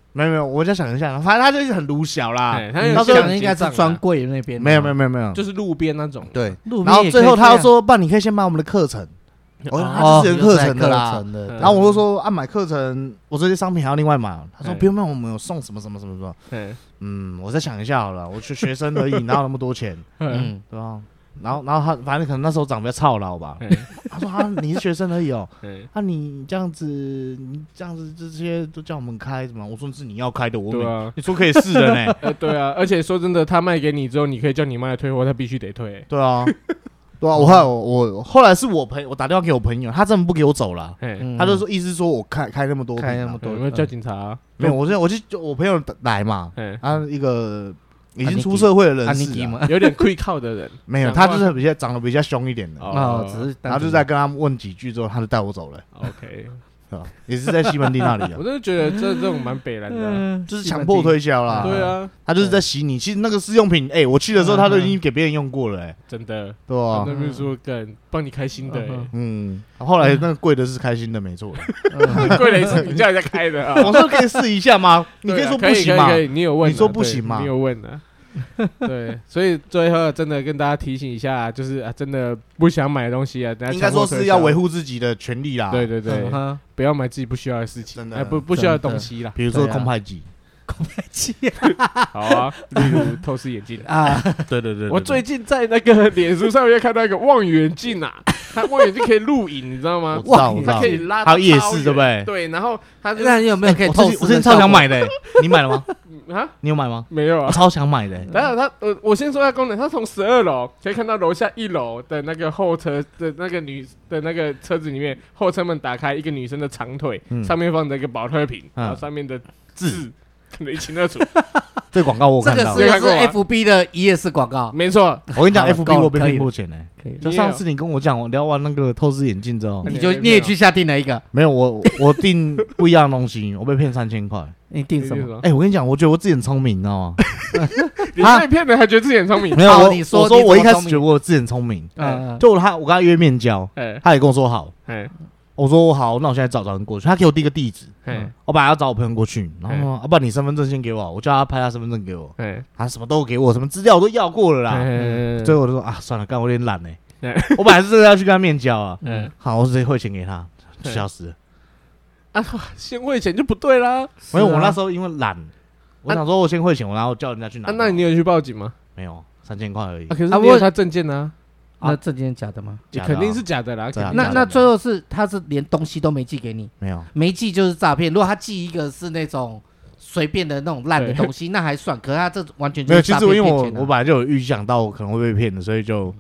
没有，我再想一下，反正他就是很鲁小啦。 他说应该是专柜那边， 没有， 就是路边那种。 对，然后最后他又说，爸，你可以先买我们的课程。他是有课程的啦。然后我就说，买课程，我这些商品还要另外买。他说不用，我们有送什么。我再想一下好了，我是学生而已，哪有那么多钱？对吧？然后他反正可能那时候长得比较操劳吧。他说你是学生而已哦。你这样子这些都叫我们开什么？我说是你要开的，我你说可以试的呢。 对啊，而且说真的，他卖给你之后，你可以叫你妈来退货，他必须得退。 对啊，我后来是我打电话给我朋友，他真的不给我走了。他就说意思说我开那么多， 有没有叫警察？ 没有，我朋友来嘛，一个。已经出社会的人士， 有点愧靠的人， 没有，他就是长得比较凶一点的， 只是， 然后就在跟他问几句之后，他就带我走了。 OK， 也是在西门町那里。 我真的觉得这种蛮北蓝的， 就是强迫推销啦。 对啊， 他就是在洗你。其实那个试用品，我去的时候他都已经给别人用过了， 真的， 对吧？ 那边说干帮你开新的， 后来那个贵的是开心的，没错， 贵的是你叫人家开的啊。 我说可以试一下吗？你可以说不行吗？ 你有问， 你说不行吗？ 你有问的。对，所以最后真的跟大家提醒一下，就是真的不想买的东西啊， 应该说是要维护自己的权利啦。 对，不要买自己不需要的事情，真的不需要的东西啦。 比如说空拍机， 好啊，例如透视眼镜啊， 对。 我最近在那个脸书上面看到一个望远镜啊，它望远镜可以录影，你知道吗？ 我知道， 它可以拉， 还有夜视，对不对？ 对，然后它那你有没有可以透视？ 我之前超想买的，你买了吗？你有买吗？ 没有啊， 我超想买的。 然后我先说一下功能，它从12楼可以看到楼下1楼的那个后车的那个车子里面，后车门打开，一个女生的长腿，上面放着一个保特瓶，然后上面的字看得一清二楚。 这广告我看到， 这个是 FB 的一页式广告， 没错。 我跟你讲 ，FB 我被骗过钱呢。就上次你跟我讲，我聊完那个透视眼镜之后， 你也去下订了一个？ 没有，我订不一样的东西，我被骗3000块。 你订什么？ 我跟你讲，我觉得我自己很聪明，你知道吗？ 你被骗了还觉得自己很聪明？ 没有，我说我一开始觉得我自己很聪明，就我跟他约面交，他也跟我说好，我说好，那我现在找人过去，他给我第一个地址，我本来要找我朋友过去，然后说，不然你身份证先给我，我叫他拍他身份证给我，他什么都给我，什么资料我都要过了啦，最后我就说算了，干我有点懒我本来是真的要去跟他面交啊，好，我直接汇钱给他，就消失了。 先汇钱就不对啦， 因为我那时候因为懒，我想说我先汇钱，然后叫人家去拿。 那你有去报警吗？ 没有，3000块而已。 可是你有他证件呢？ 那证件假的吗？ 肯定是假的啦。 那最后他是连东西都没寄给你？ 没有， 没寄就是诈骗。如果他寄一个是那种随便的那种烂的东西，那还算。可是他这完全就是诈骗。 没有，其实因为我本来就有预想到我可能会被骗的，所以就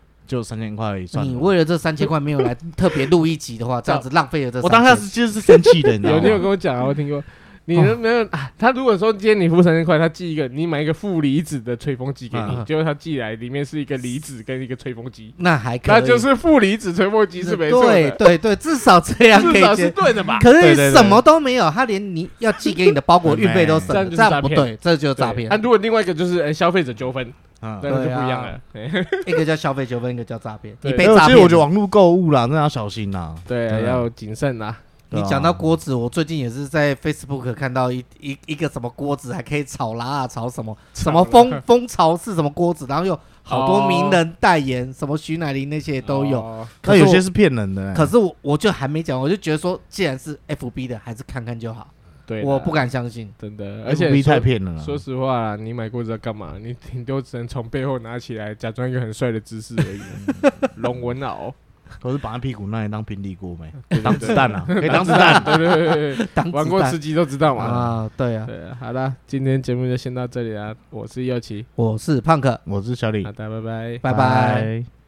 3000块而已算了。 你为了这3000块没有来特别录一集的话，这样子浪费了这。 我当下就是生气的，你有跟我讲啊，我听过。你没有他如果说今天你付3000块，他寄一个，你买一个负离子的吹风机给你，结果他寄来里面是一个离子跟一个吹风机， 那还可以， 那就是负离子吹风机是没错的。 对，至少这样可以， 至少是对的吧？ 可是什么都没有，他连你要寄给你的包裹运费都省了，这样不对，这就是诈骗。 如果另外一个就是消费者纠纷，那就不一样了。 一个叫消费纠纷，一个叫诈骗。 你被诈骗，其实我觉得网络购物啦，真的要小心啦。 对，要谨慎啦。 你讲到锅子，我最近也是在 Facebook 看到一个什么锅子，还可以炒辣啊，炒什么蜂巢是什么锅子，然后有好多名人代言，什么徐乃麟那些都有。 那有些是骗人的。 可是我就还没讲，我就觉得说，既然是 FB 的，还是看看就好。 对， 我不敢相信， 真的，而且 FB 太骗了。 说实话啦，你买锅子要干嘛？你顶多只能从背后拿起来，假装一个很帅的姿势而已。龙纹袄。 都是把他屁股拿来当平底锅没？当子弹啊，可以当子弹。 对，玩过吃鸡都知道嘛。 啊，对啊。 好的，今天节目就先到这里啦。我是右奇， 我是胖克， 我是小李。 好的，拜拜， 拜拜。